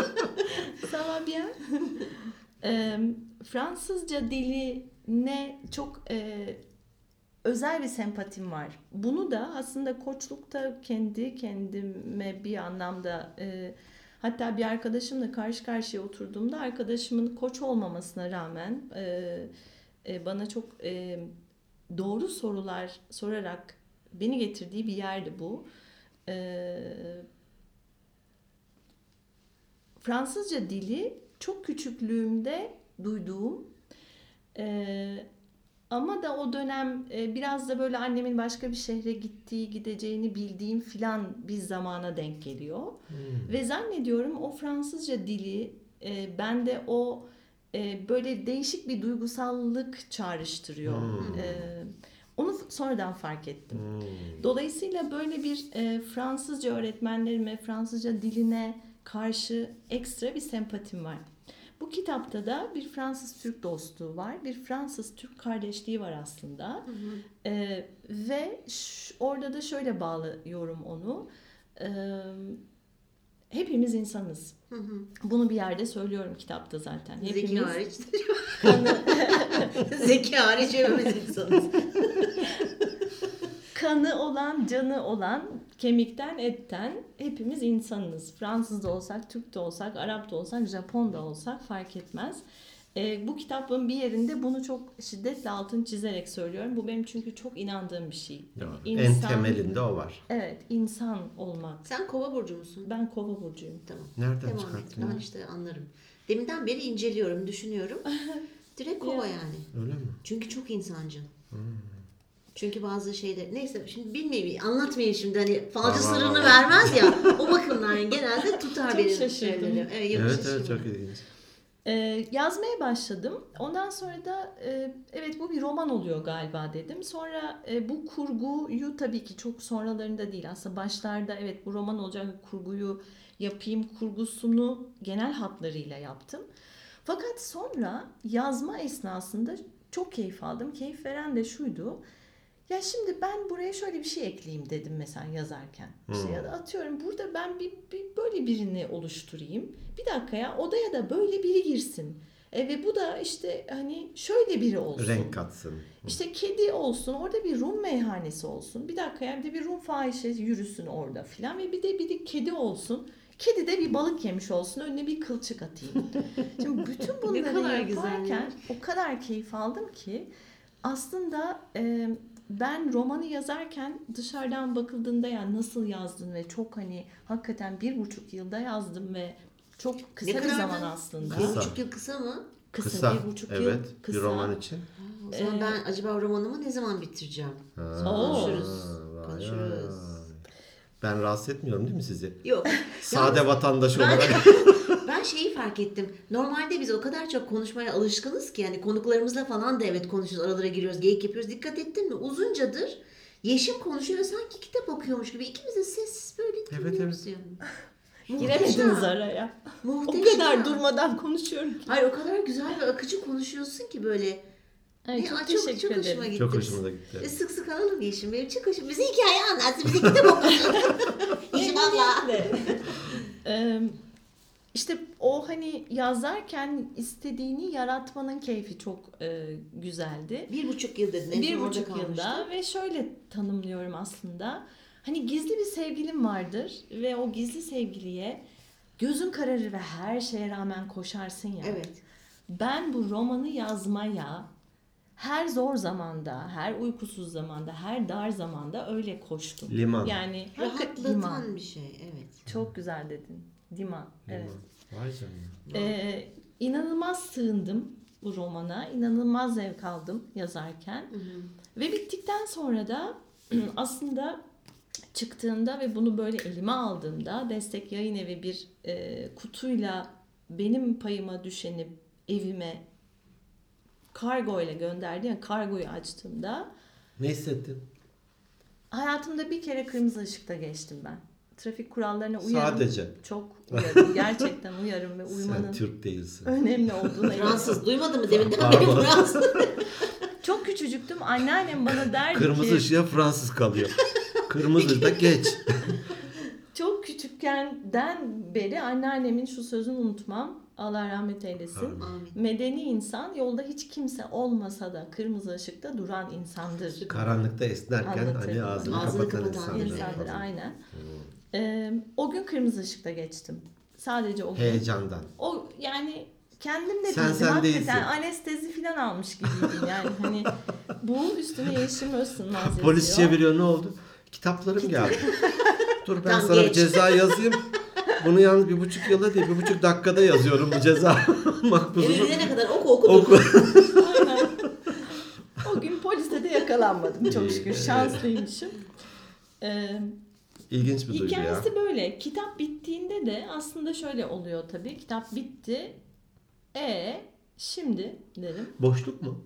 Ça va bien. E, Fransızca diline çok e, özel bir sempatim var. Bunu da aslında koçlukta kendi kendime bir anlamda e, hatta bir arkadaşımla karşı karşıya oturduğumda arkadaşımın koç olmamasına rağmen e, e, bana çok e, doğru sorular sorarak beni getirdiği bir yerdi bu. E, Fransızca dili çok küçüklüğümde duyduğum e, ama da o dönem e, biraz da böyle annemin başka bir şehre gittiği, gideceğini bildiğim filan bir zamana denk geliyor. Hmm. Ve zannediyorum o Fransızca dili e, bende o e, böyle değişik bir duygusallık çağrıştırıyor. Hmm. E, onu sonradan fark ettim. Hmm. Dolayısıyla böyle bir e, Fransızca öğretmenlerime, Fransızca diline karşı ekstra bir sempatim var. Bu kitapta da bir Fransız-Türk dostluğu var. Bir Fransız-Türk kardeşliği var aslında. Hı hı. Ee, ve ş- orada da şöyle bağlıyorum onu. Ee, hepimiz insanız. Hı hı. Bunu bir yerde söylüyorum kitapta zaten. Zeki Hepimiz hariç. kanı, Zeki hariç hepimiz insanız. kanı olan, canı olan, kemikten, etten hepimiz insanız. Fransız da olsak, Türk de olsak, Arap da olsak, Japon da olsak fark etmez. Ee, bu kitabın bir yerinde bunu çok şiddetle altını çizerek söylüyorum. Bu benim çünkü çok inandığım bir şey. Ya, Yani en insan- temelinde o var. Evet, insan olmak. Sen Kova burcu musun? Ben Kova burcuyum. Tamam. Nereden Devam et. çıkarttın? Ben ya? işte anlarım. Deminden beri inceliyorum, düşünüyorum. Direkt Kova Ya. yani. Öyle mi? Çünkü çok insancıl. Hmm. Çünkü bazı şeyler neyse şimdi bilmeyeyim anlatmayayım şimdi hani falcı Tamam. sırrını vermez ya o bakımdan yani genelde tutar Çok benim şaşırdım. şeylerim. Evet, yok, Evet evet şaşırdım. çok ilginç. Ee, yazmaya başladım. Ondan sonra da e, evet bu bir roman oluyor galiba dedim. Sonra e, bu kurguyu tabii ki çok sonralarında değil. Aslında başlarda evet bu roman olacak, kurguyu yapayım, kurgusunu genel hatlarıyla yaptım. Fakat sonra yazma esnasında çok keyif aldım. Keyif veren de şuydu. Ya şimdi ben buraya şöyle bir şey ekleyeyim dedim mesela yazarken. İşte Hmm. ya da atıyorum burada ben bir, bir böyle birini oluşturayım. Bir dakika ya odaya da böyle biri girsin. E, ve bu da işte hani şöyle biri olsun. Renk katsın. İşte kedi olsun, orada bir Rum meyhanesi olsun. Bir dakika ya bir de bir Rum fahişe yürüsün orada filan ve bir de bir de kedi olsun. Kedi de bir balık yemiş olsun, önüne bir kılçık atayım. Şimdi bütün Ne bunları kadar yaparken güzel. o kadar keyif aldım ki aslında e, ben romanı yazarken dışarıdan bakıldığında ya nasıl yazdın ve çok hani hakikaten bir buçuk yılda yazdım ve çok kısa Ne bir kadardı? zaman aslında. Bir Kısa. buçuk yıl kısa mı? Kısa, Kısa. bir buçuk yıl Evet kısa. bir roman için. Ha, o zaman Ee, ben acaba romanımı ne zaman bitireceğim? Ha, Konuşuruz. vay Konuşuruz. vay. Ben rahatsız etmiyorum değil mi sizi? Yok. Sade vatandaş ben- olarak. Ben şeyi fark ettim. Normalde biz o kadar çok konuşmaya alışkınız ki yani konuklarımızla falan da evet konuşuyoruz. Aralara giriyoruz, geyik yapıyoruz. Dikkat ettin mi? Uzuncadır Yeşim konuşuyor ve sanki kitap okuyormuş gibi. İkimiz de sessiz böyle dinliyoruz evet. yani. Giremediniz Muhteşem. araya. O Muhteşem. kadar durmadan konuşuyorum ki. Hayır o kadar güzel ve akıcı konuşuyorsun ki böyle. Ay, Ne- çok Aa, teşekkür çok hoşuma ederim. gitti. Çok hoşumuza gitti. E, sık sık alalım Yeşim benim. Çok hoşuma. Bize hikaye anlatsın. Bize kitap okusun. Yeşim abla. Ee, işte o hani yazarken istediğini yaratmanın keyfi çok e, güzeldi. Bir buçuk yıl dedin. en Bir son orada buçuk kalmıştın. yılda ve şöyle tanımlıyorum aslında. Hani gizli bir sevgilim vardır ve o gizli sevgiliye gözün kararır ve her şeye rağmen koşarsın ya. Evet. Ben bu romanı yazmaya her zor zamanda, her uykusuz zamanda, her dar zamanda öyle koştum. Liman. Yani hakikaten liman. Rahatlatan bir şey. Evet. Çok güzel dedin. Liman. Evet. Vay canına. Ee, inanılmaz sığındım bu romana. İnanılmaz zevk aldım yazarken. Hı hı. Ve bittikten sonra da aslında çıktığında ve bunu böyle elime aldığımda Destek Yayın Evi bir e, kutuyla benim payıma düşeni evime kargo ile gönderdi. Yani kargoyu açtığımda Ne hissettin? hayatımda bir kere kırmızı ışıkta geçtim ben. Trafik kurallarına uyarım. Sadece. Çok uyarım. Gerçekten uyarım ve uyumanın Sen Türk değilsin. önemli olduğuna Fransız duymadın mı deminden Pardon. beri Fransız. Çok küçücüktüm. Anneannem bana derdi Kırmızı ki ışığa Fransız kalıyor. Kırmızı ışıkta geç. çok küçükkenden beri anneannemin şu sözünü unutmam. Allah rahmet eylesin. Amin. Amin. Medeni insan yolda hiç kimse olmasa da kırmızı ışıkta duran insandır. Karanlıkta esnerken Anlatır. hani ağzını, Ağzını kapatan, kapatan insandır. İnsandır falan. aynen. Hmm. Ee, o gün kırmızı ışıkta geçtim. Sadece o gün. Heyecandan. O yani kendim de Sen değildim. sen Hakikaten değilsin. anestezi falan almış gibiydim yani. Hani bu üstüne Yeşim Özsınmaz yazıyor. Polis çeviriyor ne oldu? Kitaplarım geldi. Dur ben Tamam, sana bir geç. ceza yazayım. Bunu yalnız bir buçuk yılda değil, bir buçuk dakikada yazıyorum bu ceza makbuzunu. Eve gidene kadar oku oku. Oku. Aynen. O gün poliste de yakalanmadım çok şükür. Şanslıymışım. Ee, İlginç bir duygu ya. hikayesi böyle. Kitap bittiğinde de aslında şöyle oluyor tabii. Kitap bitti. E şimdi dedim. Boşluk mu?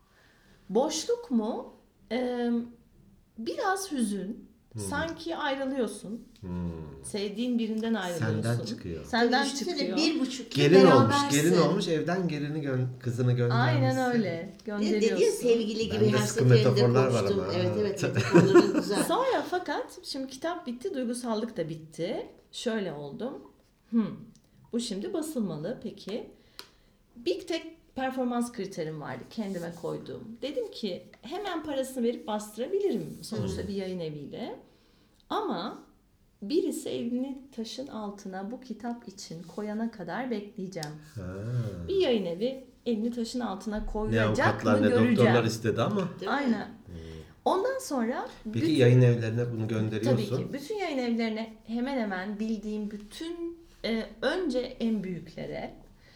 Boşluk mu? Ee, biraz hüzün. Sanki ayrılıyorsun. Hmm. Sevdiğin birinden ayrılıyorsun. Senden çıkıyor. Senden Düşünsene, çıkıyor. bir buçuk yıl Gelin olmuş, berabersin. gelin olmuş, evden gelini gö- kızını göndermişsin. Aynen öyle. Ne Gönderiyorsun. dediğin sevgili gibi Bende her sıkı seferinde metaforlar var konuştum. ama. Evet evet metaforların güzel. Sonra fakat şimdi kitap bitti, duygusallık da bitti. Şöyle oldum. Hmm, bu şimdi basılmalı. Peki. Bir tek performans kriterim vardı kendime koyduğum. Dedim ki hemen parasını verip bastırabilirim sonuçta bir yayın eviyle. Ama birisi elini taşın altına bu kitap için koyana kadar bekleyeceğim. Ha. Bir yayın evi elini taşın altına Ne koyacak mı avukatlar ne göreceğim. doktorlar istedi ama. Değil mi? Aynen. Ondan sonra Peki bütün- yayın evlerine bunu gönderiyorsun. tabii ki bütün yayın evlerine hemen hemen bildiğim bütün e, önce en büyüklere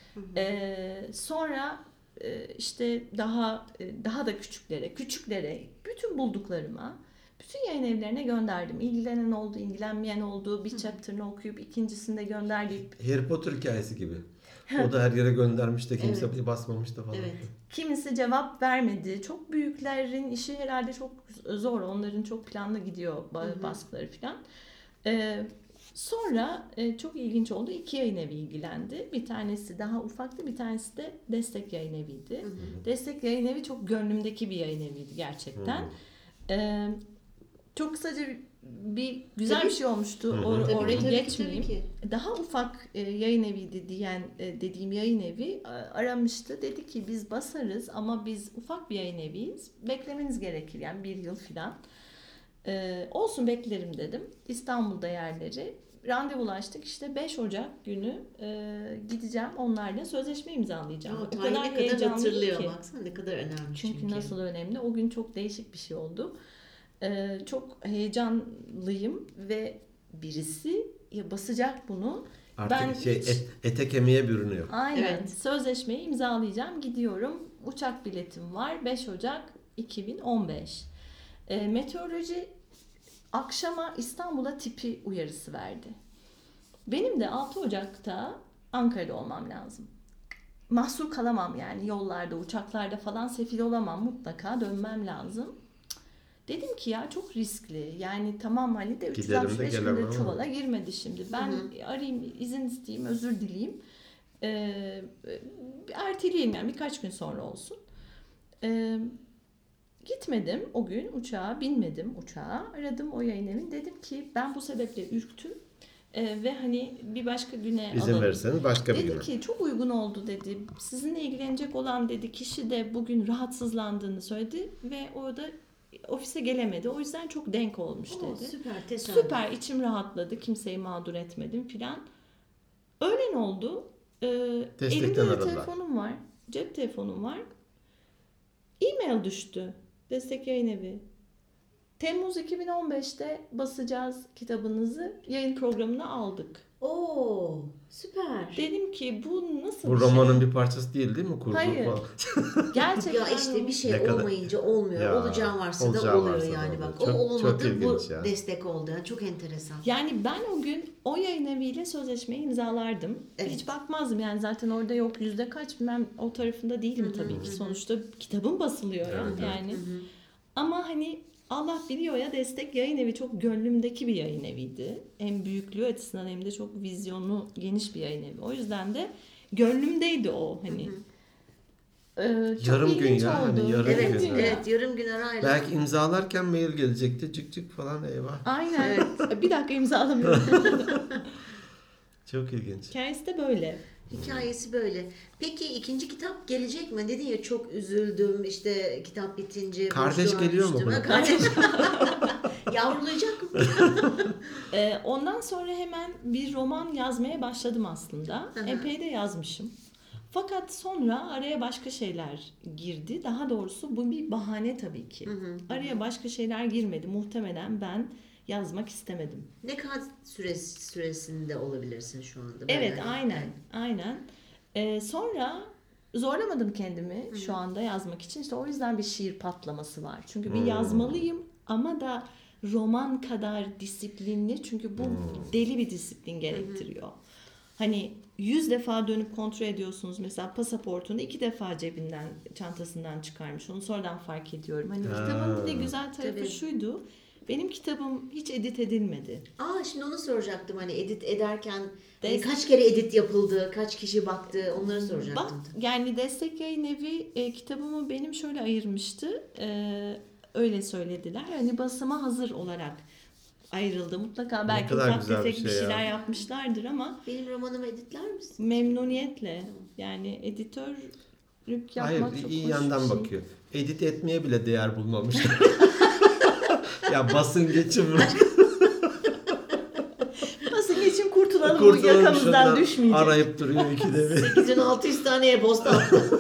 e, sonra e, işte daha e, daha da küçüklere, küçüklere bütün bulduklarıma bütün yayın evlerine gönderdim. İlgilenen oldu, ilgilenmeyen oldu. Bir chapter'ını okuyup ikincisini de gönderdik. Harry Potter hikayesi gibi. O da her yere göndermiş de kimse Evet. basmamış da falan. Evet. Kimisi cevap vermedi. Çok büyüklerin işi herhalde çok zor. Onların çok planlı gidiyor ba- baskıları falan. Ee, sonra e, çok ilginç oldu. İki yayın evi ilgilendi. Bir tanesi daha ufaktı. Bir tanesi de destek yayın eviydi. Hı hı. Destek yayın evi çok gönlümdeki bir yayın eviydi gerçekten. Ee, çok kısaca bir, bir güzel Tabii. bir şey olmuştu. Hı hı. Or- Tabii, orayı tabii ki, geçmeyeyim. tabii ki. Daha ufak e, yayın eviydi diyen e, dediğim yayın evi e, aramıştı. Dedi ki biz basarız ama biz ufak bir yayın eviyiz. Beklemeniz gerekir yani bir yıl falan. E, olsun beklerim dedim. İstanbul'da yerleri. Randevulaştık işte beş Ocak günü e, gideceğim onlarla sözleşme imzalayacağım. Ama O tarih ne kadar heyecanlıyım hatırlıyor. ki. Baksana ne kadar önemli Çünkü, çünkü. nasıl önemli. O gün çok değişik bir şey oldu. Ee, çok heyecanlıyım ve birisi ya basacak bunu. Artık Ben şey hiç- et, ete kemiğe bürünüyor. Aynen. Evet. Sözleşmeyi imzalayacağım. Gidiyorum. Uçak biletim var. beş Ocak iki bin on beş. Ee, meteoroloji akşama İstanbul'a tipi uyarısı verdi. Benim de altı Ocak'ta Ankara'da olmam lazım. Mahsur kalamam yani yollarda, uçaklarda falan sefil olamam. Mutlaka dönmem lazım. Cık. Dedim ki ya çok riskli. Yani tamam hani de üç yüz Giderim altmış de beş gelemem günde ama. çuvala girmedi şimdi. Ben Hı arayayım, izin isteyeyim, özür dileyeyim. Ee, erteleyeyim yani birkaç gün sonra olsun. Ee, gitmedim o gün uçağa, binmedim uçağa. Aradım o yayın evini. Dedim ki ben bu sebeple ürktüm. Ee, ve hani bir başka güne İzin alalım. verirseniz başka bir Dedi güne. ki çok uygun oldu dedi. Sizinle ilgilenecek olan dedi kişi de bugün rahatsızlandığını söyledi ve orada ofise gelemedi. O yüzden çok denk olmuş Oo, dedi. süper tesadüf. Süper, içim rahatladı. Kimseyi mağdur etmedim filan. Öğlen oldu. Ee, Destekten elimde de aradılar. telefonum var. Cep telefonum var. E-mail düştü. Destek Yayın Evi. Temmuz iki bin on beşte basacağız kitabınızı. Yayın programına aldık. Oo, süper. Dedim ki bu nasıl Bu bir romanın şey? bir parçası değil değil mi? Kurgu Hayır. falan. Gerçekten Ya işte bir şey Ne kadar- olmayınca olmuyor. Ya, Olacağı varsa da olacağı oluyor varsa da yani oluyor. bak. Çok- o olmadı çok bu ilginç ya. destek oldu. Yani çok enteresan. Yani ben o gün o yayın eviyle sözleşmeyi imzalardım. Evet. Hiç bakmazdım yani zaten orada yok yüzde kaç bilmem o tarafında değilim tabii ki. Sonuçta kitabım basılıyor ya Evet, evet. yani. Ama hani Allah biliyor ya Destek Yayın Evi çok gönlümdeki bir yayın eviydi. Hem büyüklüğü açısından hem de çok vizyonu geniş bir yayın evi. O yüzden de gönlümdeydi o hani. Ee, çok Yarım gün ilginç ya, hani oldu. yarım Evet, gün. evet yarım gün arayla. Belki imzalarken mail gelecekti. Cık cık falan eyvah. Aynen. Bir dakika imzalamıyorum. Çok ilginç. Hikayesi de böyle. Hikayesi böyle. Peki ikinci kitap gelecek mi? Dedin ya çok üzüldüm işte kitap bitince. Kardeş boşluğa geliyor mu düştüm. buna? Ha, Kardeş. Yavrulayacak mı? Ee, ondan sonra hemen bir roman yazmaya başladım aslında. Hı hı. Epey de yazmışım. Fakat sonra araya başka şeyler girdi. Daha doğrusu bu bir bahane tabii ki. Hı hı. Araya başka şeyler girmedi. Muhtemelen ben yazmak istemedim. Ne kadar süresi, süresinde olabilirsin şu anda? Evet, Yani- aynen, aynen. Ee, sonra zorlamadım kendimi şu anda yazmak için. İşte o yüzden bir şiir patlaması var. Çünkü bir yazmalıyım ama da roman kadar disiplinli. Çünkü bu deli bir disiplin gerektiriyor. Hani yüz defa dönüp kontrol ediyorsunuz. Mesela pasaportunu iki defa cebinden, çantasından çıkarmış. Onu sonradan fark ediyorum. Hani Ha. kitabın bir de güzel tarafı Tabii. şuydu. Benim kitabım hiç edit edilmedi. Aa şimdi onu soracaktım hani edit ederken hani Des- kaç kere edit yapıldı, kaç kişi baktı onları Bak soracaktım. yani Destek Yayın Evi e, kitabımı benim şöyle ayırmıştı. E, öyle söylediler. Yani basıma hazır olarak ayrıldı. Mutlaka belki kadar ufak güzel bir tefek bir şey ya. şeyler yapmışlardır ama Benim romanımı editler misin? memnuniyetle. Yani editörlük yapmak Hayır, çok iyi hoş yandan bir şey. bakıyor. Edit etmeye bile değer bulmamışlar. Ya basın geçim. Basın geçin kurtulalım, bu Kurtulalım yakamızdan şundan. düşmeyecek. Arayıp duruyor ikide bir. sekiz bin altı yüz tane e-posta attı.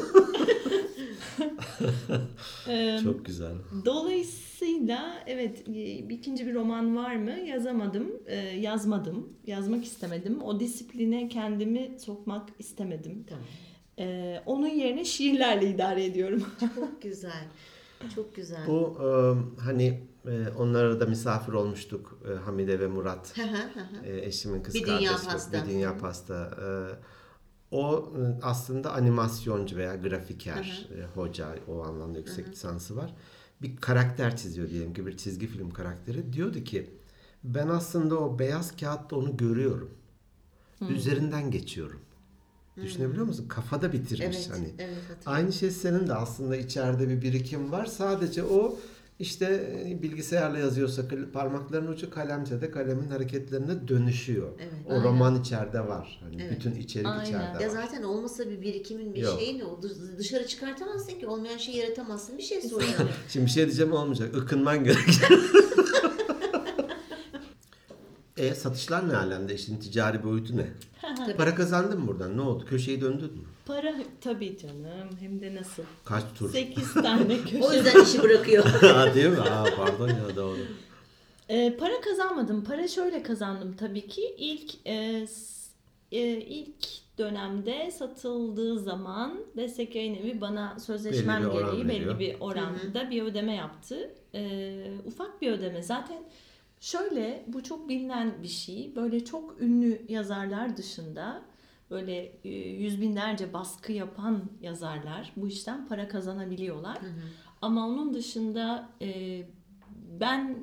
E, Çok güzel. Dolayısıyla evet e, ikinci bir roman var mı? Yazamadım, e, yazmadım, yazmak istemedim. O disipline kendimi sokmak istemedim. Tamam. E, onun yerine şiirlerle idare ediyorum. Çok güzel. Çok güzel. Bu e, hani e, onlara da misafir olmuştuk. E, Hamide ve Murat. Hı hı hı hı. E, eşimin kız Bir Dünya kardeşi. Pasta. Bir Dünya Pasta. E, o e, aslında animasyoncu veya grafiker e, hoca. O anlamda yüksek lisansı var. Bir karakter çiziyor diyelim ki, bir çizgi film karakteri. Diyordu ki ben aslında o beyaz kağıtta onu görüyorum. Üzerinden geçiyorum. Düşünebiliyor musun? Kafada bitirmiş Evet, hani. evet hatırlıyorum. Aynı şey senin de aslında içeride bir birikim var. Sadece o işte e, bilgisayarla yazıyorsa kal- parmakların ucu, kalemse de kalemin hareketlerine dönüşüyor. Evet, o aynen. roman içeride var. Hani Evet. bütün içerik Aynen. içeride Ya var. zaten olmasa bir birikimin bir Yok. şeyini o dış- dışarı çıkartamazsın ki olmayan şeyi yaratamazsın bir şey soruyor. Şimdi bir şey diyeceğim olmayacak. Ikınman gerekiyor. E satışlar ne alemde? İşin ticari boyutu ne? Para kazandın mı buradan? Ne oldu? Köşeyi döndün mü? Para tabii canım, hem de nasıl? Kaç tur? sekiz tane köşe. O yüzden işi bırakıyor. Ha, değil mi? Aa, pardon ya, doğru. Ee, para kazanmadım. Para şöyle kazandım tabii ki. İlk e, s- e, ilk dönemde satıldığı zaman Destek Yayın Evi bana sözleşmem Belli bir oran gereği veriyor. belli bir oranda bir ödeme yaptı. Ee, ufak bir ödeme. Zaten şöyle, bu çok bilinen bir şey. Böyle çok ünlü yazarlar dışında böyle e, yüz binlerce baskı yapan yazarlar bu işten para kazanabiliyorlar. Ama onun dışında e, ben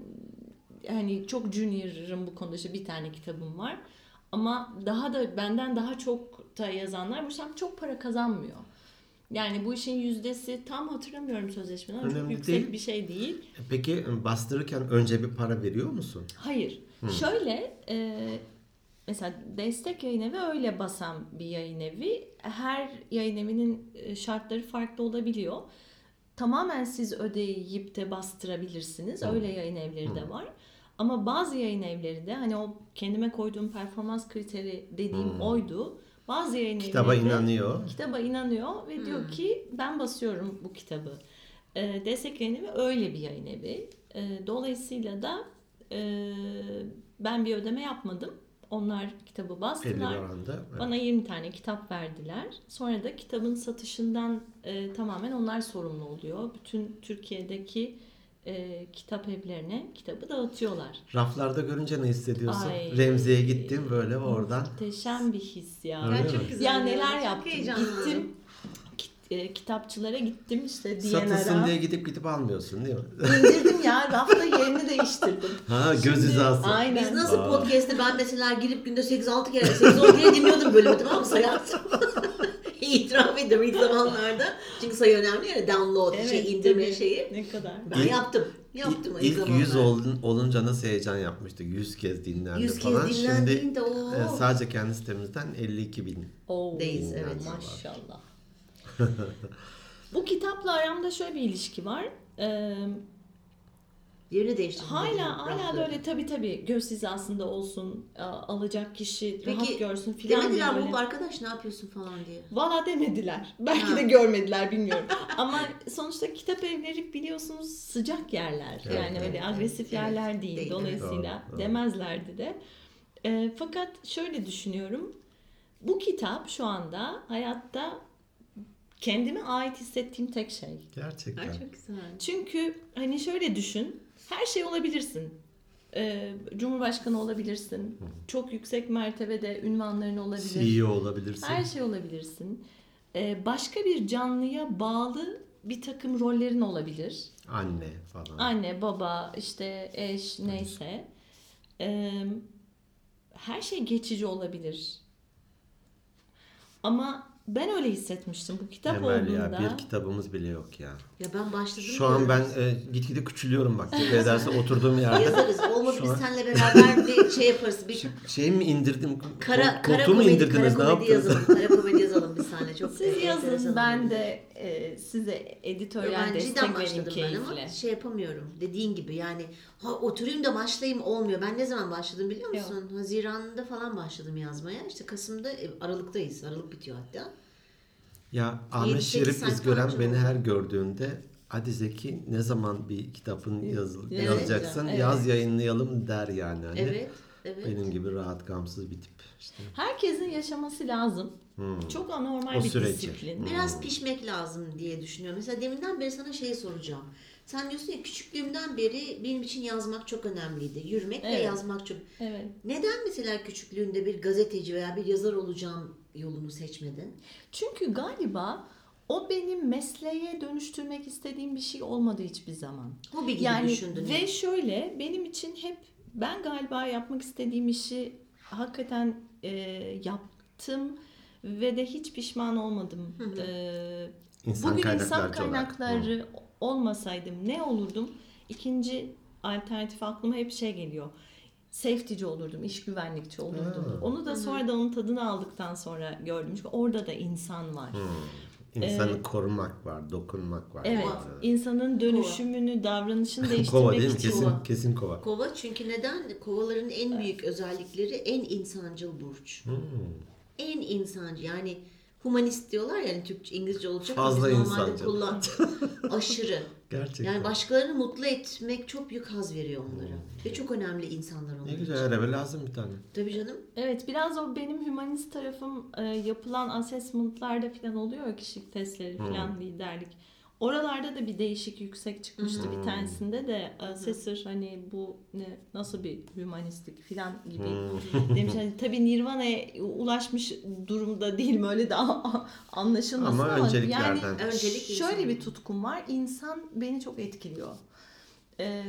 hani çok junior'ım bu konuda, işte bir tane kitabım var. Ama daha da benden daha çok da yazanlar bu işten çok para kazanmıyor. Yani bu işin yüzdesi tam hatırlamıyorum sözleşmeden ama çok Önemli yüksek değil. bir şey değil. Peki bastırırken önce bir para veriyor musun? Hayır. Şöyle e, mesela Destek Yayın Evi öyle basan bir yayın evi. Her yayın evinin e, şartları farklı olabiliyor. Tamamen siz ödeyip de bastırabilirsiniz. Öyle yayın evleri de var. Ama bazı yayın evleri de hani o kendime koyduğum performans kriteri dediğim oydu. Bazı yayın Kitaba evleri de inanıyor. kitaba inanıyor ve diyor ki ben basıyorum bu kitabı. E, Destek Yayın Evi öyle bir yayın evi. E, dolayısıyla da e, ben bir ödeme yapmadım. Onlar kitabı Belli bir bastılar. oranda. Evet. Bana yirmi tane kitap verdiler. Sonra da kitabın satışından e, tamamen onlar sorumlu oluyor. Bütün Türkiye'deki e, kitap evlerine kitabı dağıtıyorlar. Raflarda görünce ne hissediyorsun? Ay. Remzi'ye gittim böyle oradan. Muhteşem bir his ya. Öyle Ya mi? çok güzel. Ya neler Çok yaptım. heyecanlandım. Gittim kit- kitapçılara gittim işte Satılsın D N R'a. diye gidip gidip almıyorsun değil mi? İndirdim ya, rafta yerini değiştirdim. Ha, göz Şimdi- hizası. Aynen. Biz nasıl Aa. podcast'te ben mesela girip günde sekiz altı kere sekiz on kere dinliyordum bölümü, tamam mı, sayardım. İtiraf ediyorum ilk zamanlarda. Çünkü sayı önemli ya, download Evet, şey indirme tabii. şeyi. Ne kadar? Ben İlk- yaptım. Yaptım ilk, İlk zamanlarda. yüz olun, olunca nasıl heyecan yapmıştık. Yüz kez dinlendi yüz falan. kez Şimdi dinlendiğinde o. e, sadece kendi sitemizden elli iki bin. Oo, Deyiz, evet. Maşallah. Bu kitapla aramda şöyle bir ilişki var. Ee, Yerini değiştirdim. Hala hala da öyle tabii tabii göz hizasında olsun, alacak kişi rahat Peki, görsün filan. demediler böyle. bu arkadaş ne yapıyorsun falan diye. Valla demediler. Belki Ha. de görmediler bilmiyorum. Ama sonuçta kitap evleri biliyorsunuz sıcak yerler. Evet, yani evet, öyle agresif evet, yerler değil. değil, Dolayısıyla doğru, doğru. demezlerdi de. E, fakat şöyle düşünüyorum. Bu kitap şu anda hayatta kendime ait hissettiğim tek şey. Gerçekten. Ay çok güzel. Çünkü hani şöyle düşün. Her şey olabilirsin. Ee, Cumhurbaşkanı olabilirsin. Çok yüksek mertebede ünvanların olabilir. C E O olabilirsin. Her şey olabilirsin. Ee, başka bir canlıya bağlı bir takım rollerin olabilir. Anne falan. Anne, baba, işte eş neyse. Ee, her şey geçici olabilir. Ama ben öyle hissetmiştim bu kitap Emel olduğunda. ya bir kitabımız bile yok ya. Ya ben başladım. Şu an ben e, gitgide küçülüyorum bak. Ederse oturduğum yerde. Yazarız. Olmadı Şu biz an- seninle beraber bir şey yaparız. Bir Şey mi indirdim? kara, kara Koltuğu mu komedi, indirdiniz? kara Ne komedi yaptınız? yazalım. Kara komedi yazalım bir saniye. Çok Siz enteresan yazın ben olur. de e, size editoryal Ben destek cidden vereyim başladım ben ama keyifle. şey yapamıyorum. Dediğin gibi yani ha, oturayım da başlayayım olmuyor. Ben ne zaman başladım biliyor Yok. musun? Haziran'da falan başladım yazmaya. İşte Kasım'da e, Aralık'tayız. Aralık bitiyor hatta. Ya Ahmet Yedi, sekiz Şerif sayfa İzgören anca beni oldu. her gördüğünde hadi Zeki ne zaman bir kitabın yaz, Evet, yazacaksın evet. yaz yayınlayalım der yani. Hani Evet. Evet. benim gibi rahat gamsız bir tip. İşte. Herkesin yaşaması lazım. Çok anormal O bir süreci. disiplin. Biraz pişmek lazım diye düşünüyorum. Mesela deminden beri sana şey soracağım. Sen diyorsun ya küçüklüğümden beri benim için yazmak çok önemliydi. Yürümek ve Evet. yazmak çok. Evet. Neden mesela küçüklüğünde bir gazeteci veya bir yazar olacağım yolunu seçmedin? Çünkü galiba o benim mesleğe dönüştürmek istediğim bir şey olmadı hiçbir zaman. Hobi gibi Yani düşündün. ve şöyle benim için hep ben galiba yapmak istediğim işi hakikaten e, yaptım ve de hiç pişman olmadım. E, İnsan bugün insan kaynaklarcı olarak. kaynakları olmasaydım ne olurdum? İkinci alternatif aklıma hep şey geliyor. Safety'ci olurdum, iş güvenlikçi olurdum. Ha. Onu da sonradan onun tadını aldıktan sonra gördüm. Çünkü orada da insan var. İnsanı korumak var, dokunmak var. Evet, Kova. insanın dönüşümünü, davranışını değiştirmek Kova değil mi? için. Kesin, Kova. kesin kova. Kova çünkü neden? Kovaların en büyük özellikleri en insancıl burç. Hmm. En insancıl yani humanist diyorlar ya yani Türkçe İngilizce olacak ama Fazla biz normalde insancıl. kullan aşırı. Gerçekten. Yani başkalarını mutlu etmek çok büyük haz veriyor onlara. Ve çok önemli insanlar onlar Ne için. güzel her eve lazım bir tane. Tabii canım. Evet, biraz o benim humanist tarafım e, yapılan assessment'larda falan oluyor ya, kişilik testleri falan, liderlik. Oralarda da bir değişik yüksek çıkmıştı. Bir tanesinde de assessor hani bu ne nasıl bir humanistlik falan gibi demiş. Hani, tabii Nirvana'ya ulaşmış durumda değilim, öyle de anlaşılmasın Ama ama, önceliklerden. yani Öncelik şöyle insan. bir tutkum var. İnsan beni çok etkiliyor. Ee,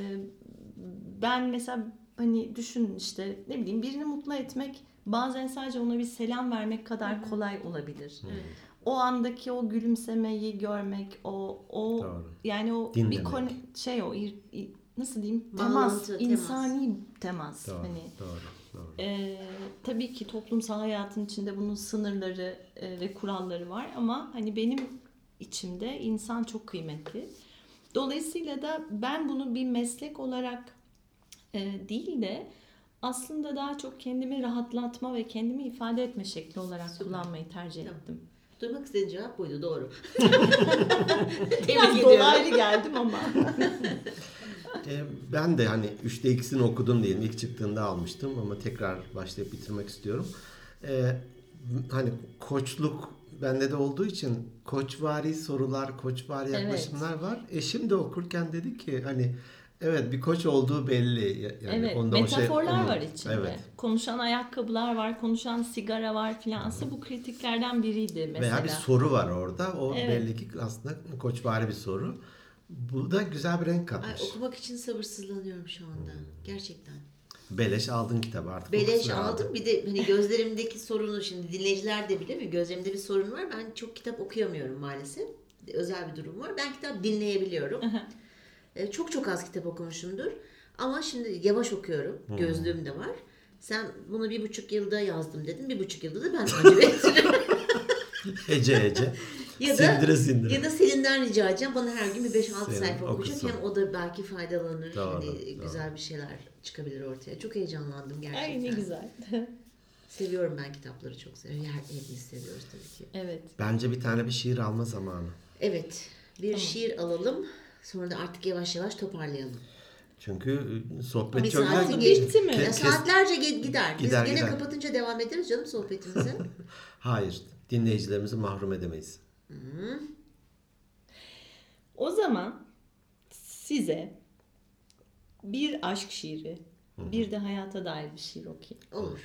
ben mesela hani düşün işte ne bileyim birini mutlu etmek bazen sadece ona bir selam vermek kadar kolay olabilir. O andaki o gülümsemeyi görmek, o o Doğru. yani o Dinlemek. bir konu şey o ir- i- nasıl diyeyim Bağlantı, temas, temas. insani temas Doğru, hani. doğru, doğru. Ee, tabii ki toplumsal hayatın içinde bunun sınırları e, ve kuralları var ama hani benim içimde insan çok kıymetli. Dolayısıyla da ben bunu bir meslek olarak e, değil de aslında daha çok kendimi rahatlatma ve kendimi ifade etme şekli olarak Süper. kullanmayı tercih Tamam. ettim. Duymak istediğin cevap buydu doğru. Biraz Tebrik ediyorum. dolaylı geldim ama. E, ben de hani üçte ikisini okudum diyelim. İlk çıktığında almıştım ama tekrar başlayıp bitirmek istiyorum. E, hani koçluk bende de olduğu için koçvari sorular, koçvari yaklaşımlar var. Eşim de okurken dedi ki hani evet bir koç olduğu belli. Yani Evet, onda o şey- metaforlar onun- var içinde. Evet. Konuşan ayakkabılar var, konuşan sigara var filan. Aslında bu kritiklerden biriydi mesela. Veya bir soru var orada. O Evet. belli ki aslında koçvari bir soru. Bu da güzel bir renk Ay, katmış. okumak için sabırsızlanıyorum şu anda. Gerçekten. Beleş aldın kitabı artık. Beleş okusunu aldım. Bir de hani gözlerimdeki sorunu şimdi dinleyiciler de bilir mi? Gözlerimde bir sorun var. Ben çok kitap okuyamıyorum maalesef. Özel bir durum var. Ben kitap dinleyebiliyorum. Ee, çok çok az kitap okumuşumdur. Ama şimdi yavaş okuyorum. Gözlüğüm de var. Sen bunu bir buçuk yılda yazdım dedin. Bir buçuk yılda da ben acele ettim. Hece hece. Ya da, Sindire sindire. ya da Selin'den rica edeceğim. Bana her gün bir beş altı Selin sayfa okuyacak. okusun. Hem o da belki faydalanır. Doğru, hani doğru. güzel bir şeyler çıkabilir ortaya. Çok heyecanlandım gerçekten. Ay ne güzel. Seviyorum ben kitapları çok seviyorum. Her hepimiz seviyoruz tabii ki. Evet. Bence bir tane bir şiir alma zamanı. Evet. Bir Tamam. şiir alalım. Sonra da artık yavaş yavaş toparlayalım. Çünkü sohbet Bir çok saat güzel. geçti Bitti mi? Ke- Ya kes- saatlerce ge- gider. Biz Gider, gene gider. kapatınca devam ederiz canım sohbetimize. Hayır, dinleyicilerimizi mahrum edemeyiz. O zaman size bir aşk şiiri, bir de hayata dair bir şiir okuyayım. Olur.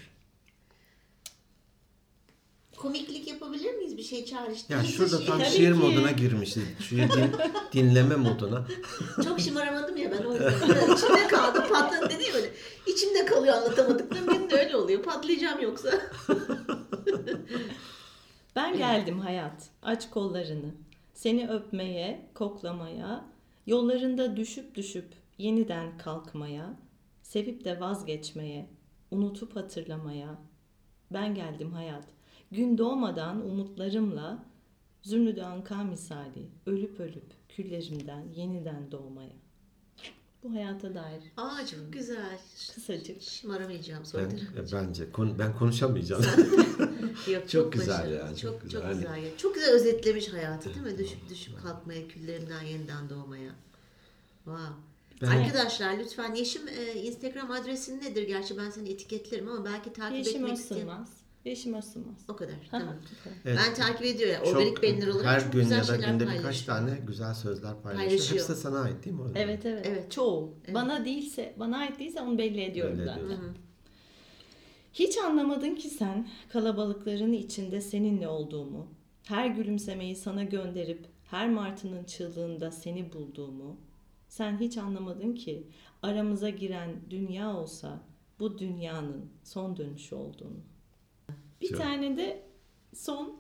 Komiklik yapabilir miyiz? Bir şey çağrıştırır. Ya şurada tam Tabii şiir ki. moduna girmişiz. Şiir din- dinleme moduna. Çok şımaramadım ya ben o yüzden. Biraz İçimde kaldı. Patladı dedi ya böyle. İçimde kalıyor anlatamadıklarım. Benim de öyle oluyor. Patlayacağım yoksa. Ben geldim hayat, aç kollarını. Seni öpmeye, koklamaya, yollarında düşüp düşüp yeniden kalkmaya, sevip de vazgeçmeye, unutup hatırlamaya. Ben geldim hayat, gün doğmadan umutlarımla, zümrüt anka misali, ölüp ölüp küllerimden yeniden doğmaya. Bu hayata dair Aa çok güzel. kısacık. Şımaramayacağım Ben, sonra. bence konu, ben konuşamayacağım. Yok, Çok güzel başarılı. yani, çok Çok güzel. çok Hani- güzel. ya. Çok güzel özetlemiş hayatı değil mi? Düşüp düşüp kalkmaya, küllerinden yeniden doğmaya. Wow. Ben- Arkadaşlar lütfen Yeşim e, Instagram adresin nedir? Gerçi ben seni etiketlerim ama belki takip Yeşim etmek isteyen. Osılmaz. Yeşim Osılmaz. O kadar. Tamam. Tamam. Evet, Ben takip ediyor ya. çok- Organik beğeniler olarak her çok gün güzel ya da şeyler günde birkaç paylaşıyor. tane güzel sözler paylaşıyor. Paylaşıyor. Hepsi de sana ait değil mi? o? Evet evet. Evet. Çoğu. Evet. Bana değilse, bana ait değilse onu belli ediyorum Belli zaten. ediyorsun. Hiç anlamadın ki sen kalabalıkların içinde seninle olduğumu, her gülümsemeyi sana gönderip her martının çığlığında seni bulduğumu. Sen hiç anlamadın ki aramıza giren dünya olsa bu dünyanın son dönüşü olduğunu. Bir Çok. tane de son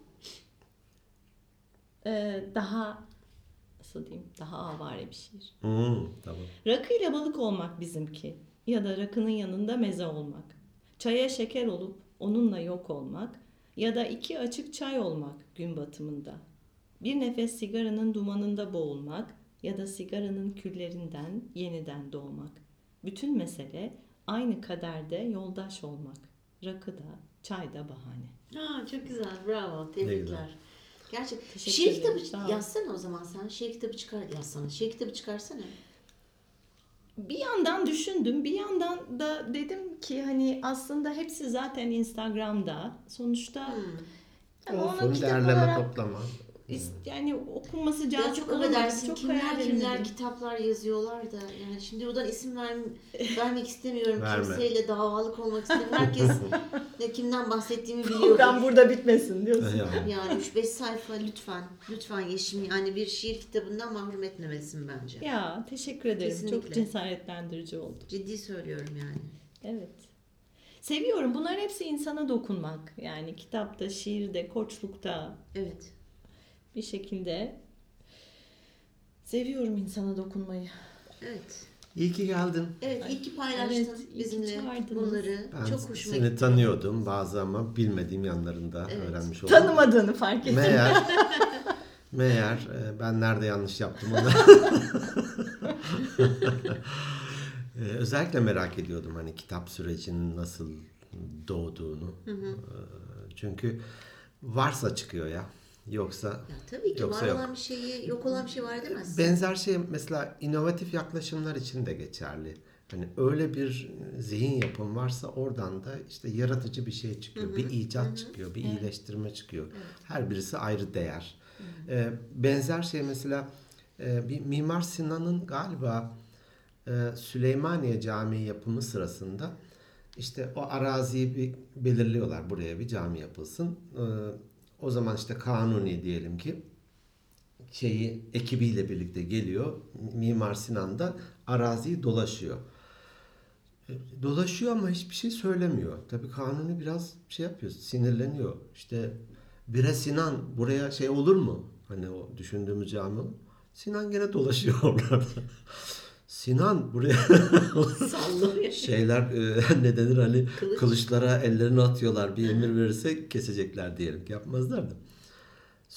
e, daha nasıl diyeyim daha avare bir şiir. Hmm, tamam. Rakıyla balık olmak bizimki ya da rakının yanında meze olmak. Çaya şeker olup onunla yok olmak ya da iki açık çay olmak gün batımında. Bir nefes sigaranın dumanında boğulmak ya da sigaranın küllerinden yeniden doğmak. Bütün mesele aynı kaderde yoldaş olmak. Rakı da çay da bahane. Aa, çok güzel. Bravo. güzel. Tebrikler. Gerçekten. Teşekkür Şiir ederim, kitabı sağ ol. yazsana o zaman sen. Şiir kitabı çıkar yazsana. Şiir kitabı çıkarsana. Bir yandan düşündüm, bir yandan da dedim ki hani aslında hepsi zaten Instagram'da. Sonuçta Hmm. yani ona Olsun, kitap derleme olarak toplama. is- yani okunması Ya cazip çok olamadı. affedersin Çok kimler hayal kimler edemedim. kitaplar yazıyorlar da yani şimdi buradan isim ver, vermek istemiyorum. Verme. Kimseyle davalık olmak istemiyorum. Herkes ne kimden bahsettiğimi biliyor. burada bitmesin diyorsun. Yani. Yani üç beş sayfa lütfen. Lütfen Yeşim yani bir şiir kitabından mahrum etmemelisin bence. Ya teşekkür ederim. Çok Kesinlikle. cesaretlendirici oldu. Ciddi söylüyorum yani. Evet. Seviyorum. Bunların hepsi insana dokunmak. Yani kitapta, şiirde, koçlukta Evet. bir şekilde seviyorum insana dokunmayı. Evet. İyi ki geldin. Evet iyi ki paylaştın Evet, iyi ki bizimle çağırdınız. bunları. Ben Çok hoşuma seni gitti. tanıyordum bazı ama bilmediğim yanlarında Evet. öğrenmiş oldum. Tanımadığını fark ettim. Meğer meğer e, ben nerede yanlış yaptım onu. E, Özellikle merak ediyordum hani kitap sürecinin nasıl doğduğunu. Hı hı. E, Çünkü varsa çıkıyor ya. Yoksa Ya tabii ki Yoksa var yok. olan bir şeyi yok olan bir şey var demezsin. benzer şey mesela inovatif yaklaşımlar için de geçerli. Hani öyle bir zihin yapım varsa oradan da işte yaratıcı bir şey çıkıyor. Hı hı, Bir icat hı hı. çıkıyor, bir Evet. iyileştirme çıkıyor. Evet. Her birisi ayrı değer. Ee, benzer şey mesela e, bir Mimar Sinan'ın galiba e, Süleymaniye Camii yapımı sırasında işte o araziyi bir belirliyorlar. Buraya bir cami yapılsın. Ee, o zaman işte Kanuni diyelim ki şeyi ekibiyle birlikte geliyor. Mimar Sinan da araziyi dolaşıyor. E, Dolaşıyor ama hiçbir şey söylemiyor. Tabii Kanuni biraz şey yapıyor, sinirleniyor. İşte bire Sinan buraya şey olur mu? Hani o düşündüğümüz cami olur mu? Sinan gene dolaşıyor oralarda. Sinan buraya Sallıyor. şeyler e, ne denir hani Kılıç. kılıçlara ellerini atıyorlar. Bir emir verirse kesecekler diyelim ki yapmazlar da.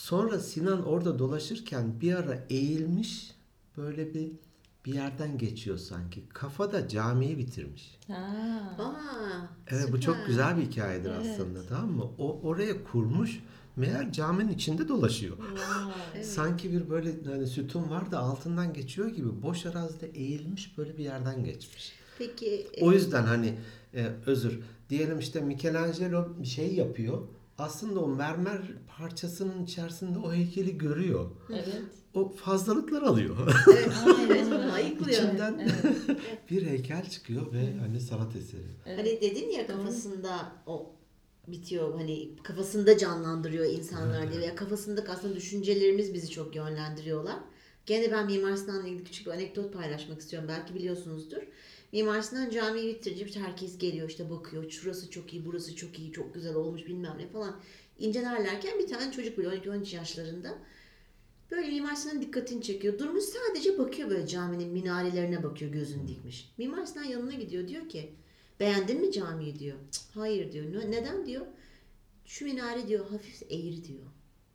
Sonra Sinan orada dolaşırken bir ara eğilmiş, böyle bir bir yerden geçiyor sanki. Kafada camiyi bitirmiş. Ha. Aa, Evet, bu süper. çok güzel bir hikayedir Evet. aslında, tamam mı? O oraya kurmuş, meğer caminin içinde dolaşıyor. Wow. Sanki bir böyle hani sütun var da altından geçiyor gibi boş arazide eğilmiş, böyle bir yerden geçmiş. Peki O yüzden hani e, özür diyelim işte Michelangelo bir şey yapıyor. Aslında o mermer parçasının içerisinde o heykeli görüyor. Evet. O fazlalıklar alıyor. evet, evet, onu ayıklıyor. İçinden bir heykel çıkıyor ve hani sanat eseri. Hani dedin ya kafasında o bitiyor, hani kafasında canlandırıyor insanlar diye veya kafasında aslında düşüncelerimiz bizi çok yönlendiriyorlar. Gene ben Mimar Sinan'la ilgili küçük bir anekdot paylaşmak istiyorum. Belki biliyorsunuzdur. Mimar Sinan camiyi bitirince işte herkes geliyor, işte bakıyor. Şurası çok iyi, burası çok iyi, çok güzel olmuş bilmem ne falan. İncelerlerken bir tane çocuk böyle on iki on üç yaşlarında böyle Mimar Sinan'ın dikkatini çekiyor. Durmuş sadece bakıyor, böyle caminin minarelerine bakıyor, gözünü dikmiş. Mimar Sinan yanına gidiyor, diyor ki beğendin mi camiyi diyor. Cık, hayır diyor. "Ne- Neden diyor. Şu minare diyor hafif eğri diyor.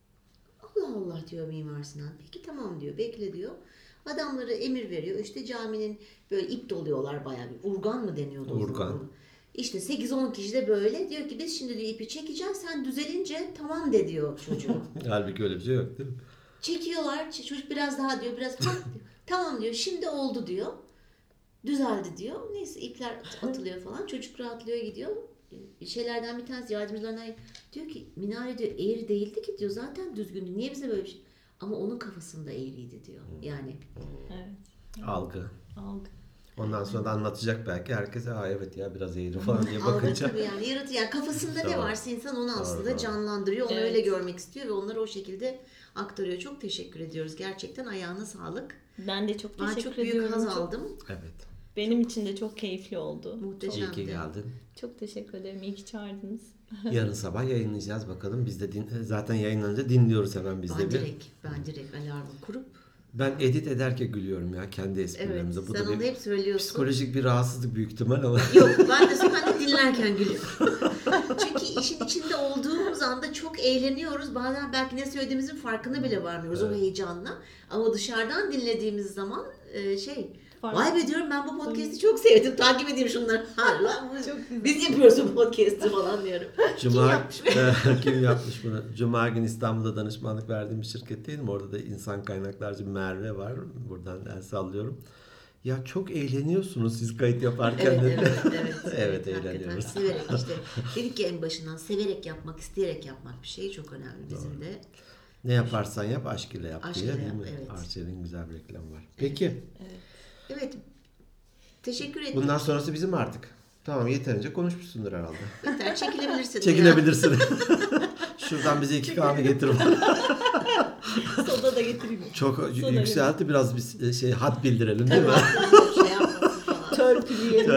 Allah Allah diyor Mimar Sinan. Peki tamam diyor, bekle diyor. Adamları emir veriyor. İşte caminin böyle ip doluyorlar bayağı bir. Urgan mı deniyordu o Urgan. zaman? İşte sekiz on kişi de böyle diyor ki biz şimdi diyor ipi çekeceğiz, sen düzelince tamam de diyor çocuğu. Halbuki öyle bir şey yok değil mi? Çekiyorlar. ç- Çocuk biraz daha diyor. Biraz "Hah," diyor. Tamam diyor. Şimdi oldu diyor. Düzeldi diyor. Neyse ipler atılıyor falan. Çocuk rahatlıyor, gidiyor. Şeylerden bir tanesi, yardımcılarından diyor ki minare diyor eğri değildi ki diyor. Zaten düzgündü. Niye bize böyle bir şey? Ama onun kafasında eğriydi diyor. Yani Evet. Algı. Algı. Ondan sonra da anlatacak belki herkese, aa evet ya biraz eğri falan diye algı bakınca. tabii yani yaratıyor. Yani kafasında ne Doğru. varsa insan onu Doğru, aslında doğru. canlandırıyor. Onu Evet. öyle görmek istiyor ve onları o şekilde aktarıyor. Çok teşekkür ediyoruz. Gerçekten ayağına sağlık. Ben de çok Ben teşekkür çok büyük ediyorum. haz Çok- aldım. Evet. Benim için de çok keyifli oldu. Muhteşem. İyi ki geldin. Çok teşekkür ederim. İyi ki çağırdınız. Yarın sabah yayınlayacağız bakalım. Biz de din, zaten yayınlanınca dinliyoruz hemen biz de Ben bir. direkt, ben direkt alarmı kurup. Ben edit ederken gülüyorum ya kendi Evet, esprilerimize. Bu sen da onu bir hep söylüyorsun. psikolojik bir rahatsızlık büyük ihtimal ama. Yok, ben de ben de dinlerken gülüyorum. Çünkü işin içinde olduğumuz anda çok eğleniyoruz. Bazen belki ne söylediğimizin farkına bile varmıyoruz o Evet. heyecanla. Ama dışarıdan dinlediğimiz zaman e, şey, Farklı. vay be diyorum, ben bu podcast'i çok sevdim. Takip edeyim şunları. Ha lan bu- Çok güzel. biz yapıyoruz bu podcast'i falan diyorum. Cuma, yapmış? kim yapmış bunu? Cuma günü İstanbul'da danışmanlık verdiğim bir şirketteydim. Orada da insan kaynaklarcı Merve var. Buradan el sallıyorum. Ya çok eğleniyorsunuz siz kayıt yaparken Evet, dedi. evet, evet. Evet, Hakikaten eğleniyoruz. severek işte. Dedik ki en başından severek yapmak, isteyerek yapmak bir şey çok önemli bizim de. Ne yaparsan yap aşk ile yap Aşk diye ile değil yap, mi? evet. Arçelik'in güzel bir reklamı var. Peki. Evet. Teşekkür ederim. Bundan sonrası bizim artık. Tamam, yeterince konuşmuşsundur herhalde. Yeter, çekilebilirsin. Çekilebilirsin. Şuradan bize iki kahve getir. Soda da getireyim. Çok Soda yükseltti, biraz bir şey had bildirelim değil mi? Şey yapmasın falan. Törpüleyelim.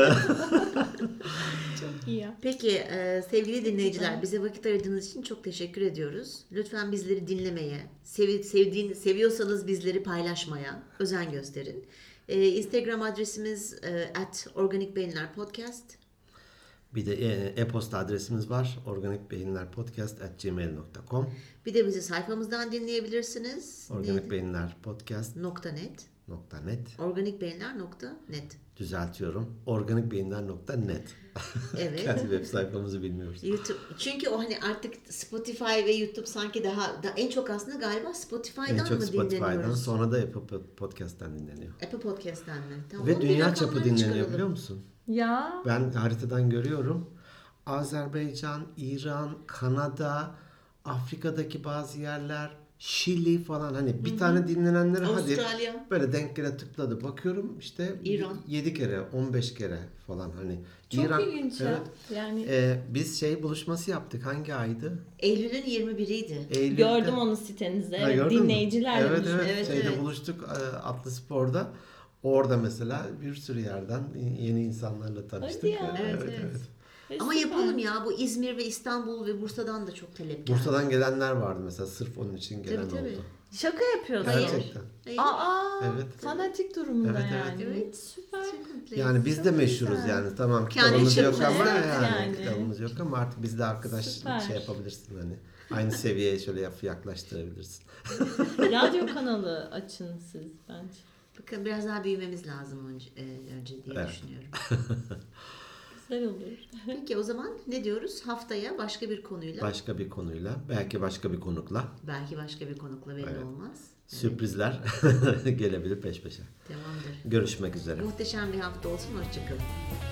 Çok iyi ya. Peki e, sevgili dinleyiciler, bize vakit ayırdığınız için çok teşekkür ediyoruz. Lütfen bizleri dinlemeye, sevi, sevdiğin, seviyorsanız bizleri paylaşmaya özen gösterin. E, Instagram adresimiz e, at Organik Beyinler Podcast. Bir de e, e-posta adresimiz var. organikbeyinlerpodcast at gmail nokta com. Bir de bizi sayfamızdan dinleyebilirsiniz. Organik Neydi? Beyinler Podcast Nokta net. nokta net. Organikbeyinler nokta net. Düzeltiyorum. organikbeyinler nokta net. Evet. Kendi web sayfamızı bilmiyoruz. YouTube. Çünkü o hani artık Spotify ve YouTube sanki daha, daha en çok aslında galiba Spotify'dan En çok mı Spotify'dan, dinleniyoruz? sonra da Apple Podcast'ten dinleniyor. Apple Podcast'ten mi? Tamam, Ve onun bir dünya rakamlarını çapı dinleniyor çıkaralım. biliyor musun? Ya. Ben haritadan görüyorum. Azerbaycan, İran, Kanada, Afrika'daki bazı yerler, Şili falan, hani bir tane dinlenenlere hadi Avustralya. böyle denk gele tıkladı. Bakıyorum işte İran. yedi kere, on beş kere falan hani. Çok İran, ilginç ya. evet. Yani Ee, biz şey buluşması yaptık. Hangi aydı? Eylül'ün yirmi biriydi. Eylül'de. gördüm onu sitenizde. Ha, Evet, gördün mü? dinleyicilerle Evet, buluştuk. evet Evet, Şeyde evet. buluştuk e, Atlı Spor'da. Orada mesela bir sürü yerden yeni insanlarla tanıştık. Hadi ya. Evet, evet. E, Ama süper. yapalım ya, bu İzmir ve İstanbul ve Bursa'dan da çok talep geldi. Bursa'dan gelenler vardı mesela, sırf onun için gelen Tabii tabii. oldu. Şaka yapıyorsun. Gerçekten. Hayır. Aa, Evet. fanatik durumda Evet, evet. yani. Evet. Süper. Çok mutluyum. Yani biz de Çok meşhuruz güzel. yani. Tamam Kendi kitabımız yok çapımızda. ama Evet, yani, yani. kitabımız yok ama artık biz de arkadaş Süper. şey yapabilirsin hani. Aynı seviyeye şöyle yap- yaklaştırabilirsin. Radyo kanalı açın siz bence. Bakın biraz daha büyümemiz lazım önce, e, önce diye Evet. düşünüyorum. Güzel olur. Peki o zaman ne diyoruz? Haftaya başka bir konuyla, Başka bir konuyla, belki başka bir konukla belki başka bir konukla belli Evet. olmaz. sürprizler gelebilir peş peşe. Tamamdır. Görüşmek üzere. Muhteşem bir hafta olsun. Hoşçakalın.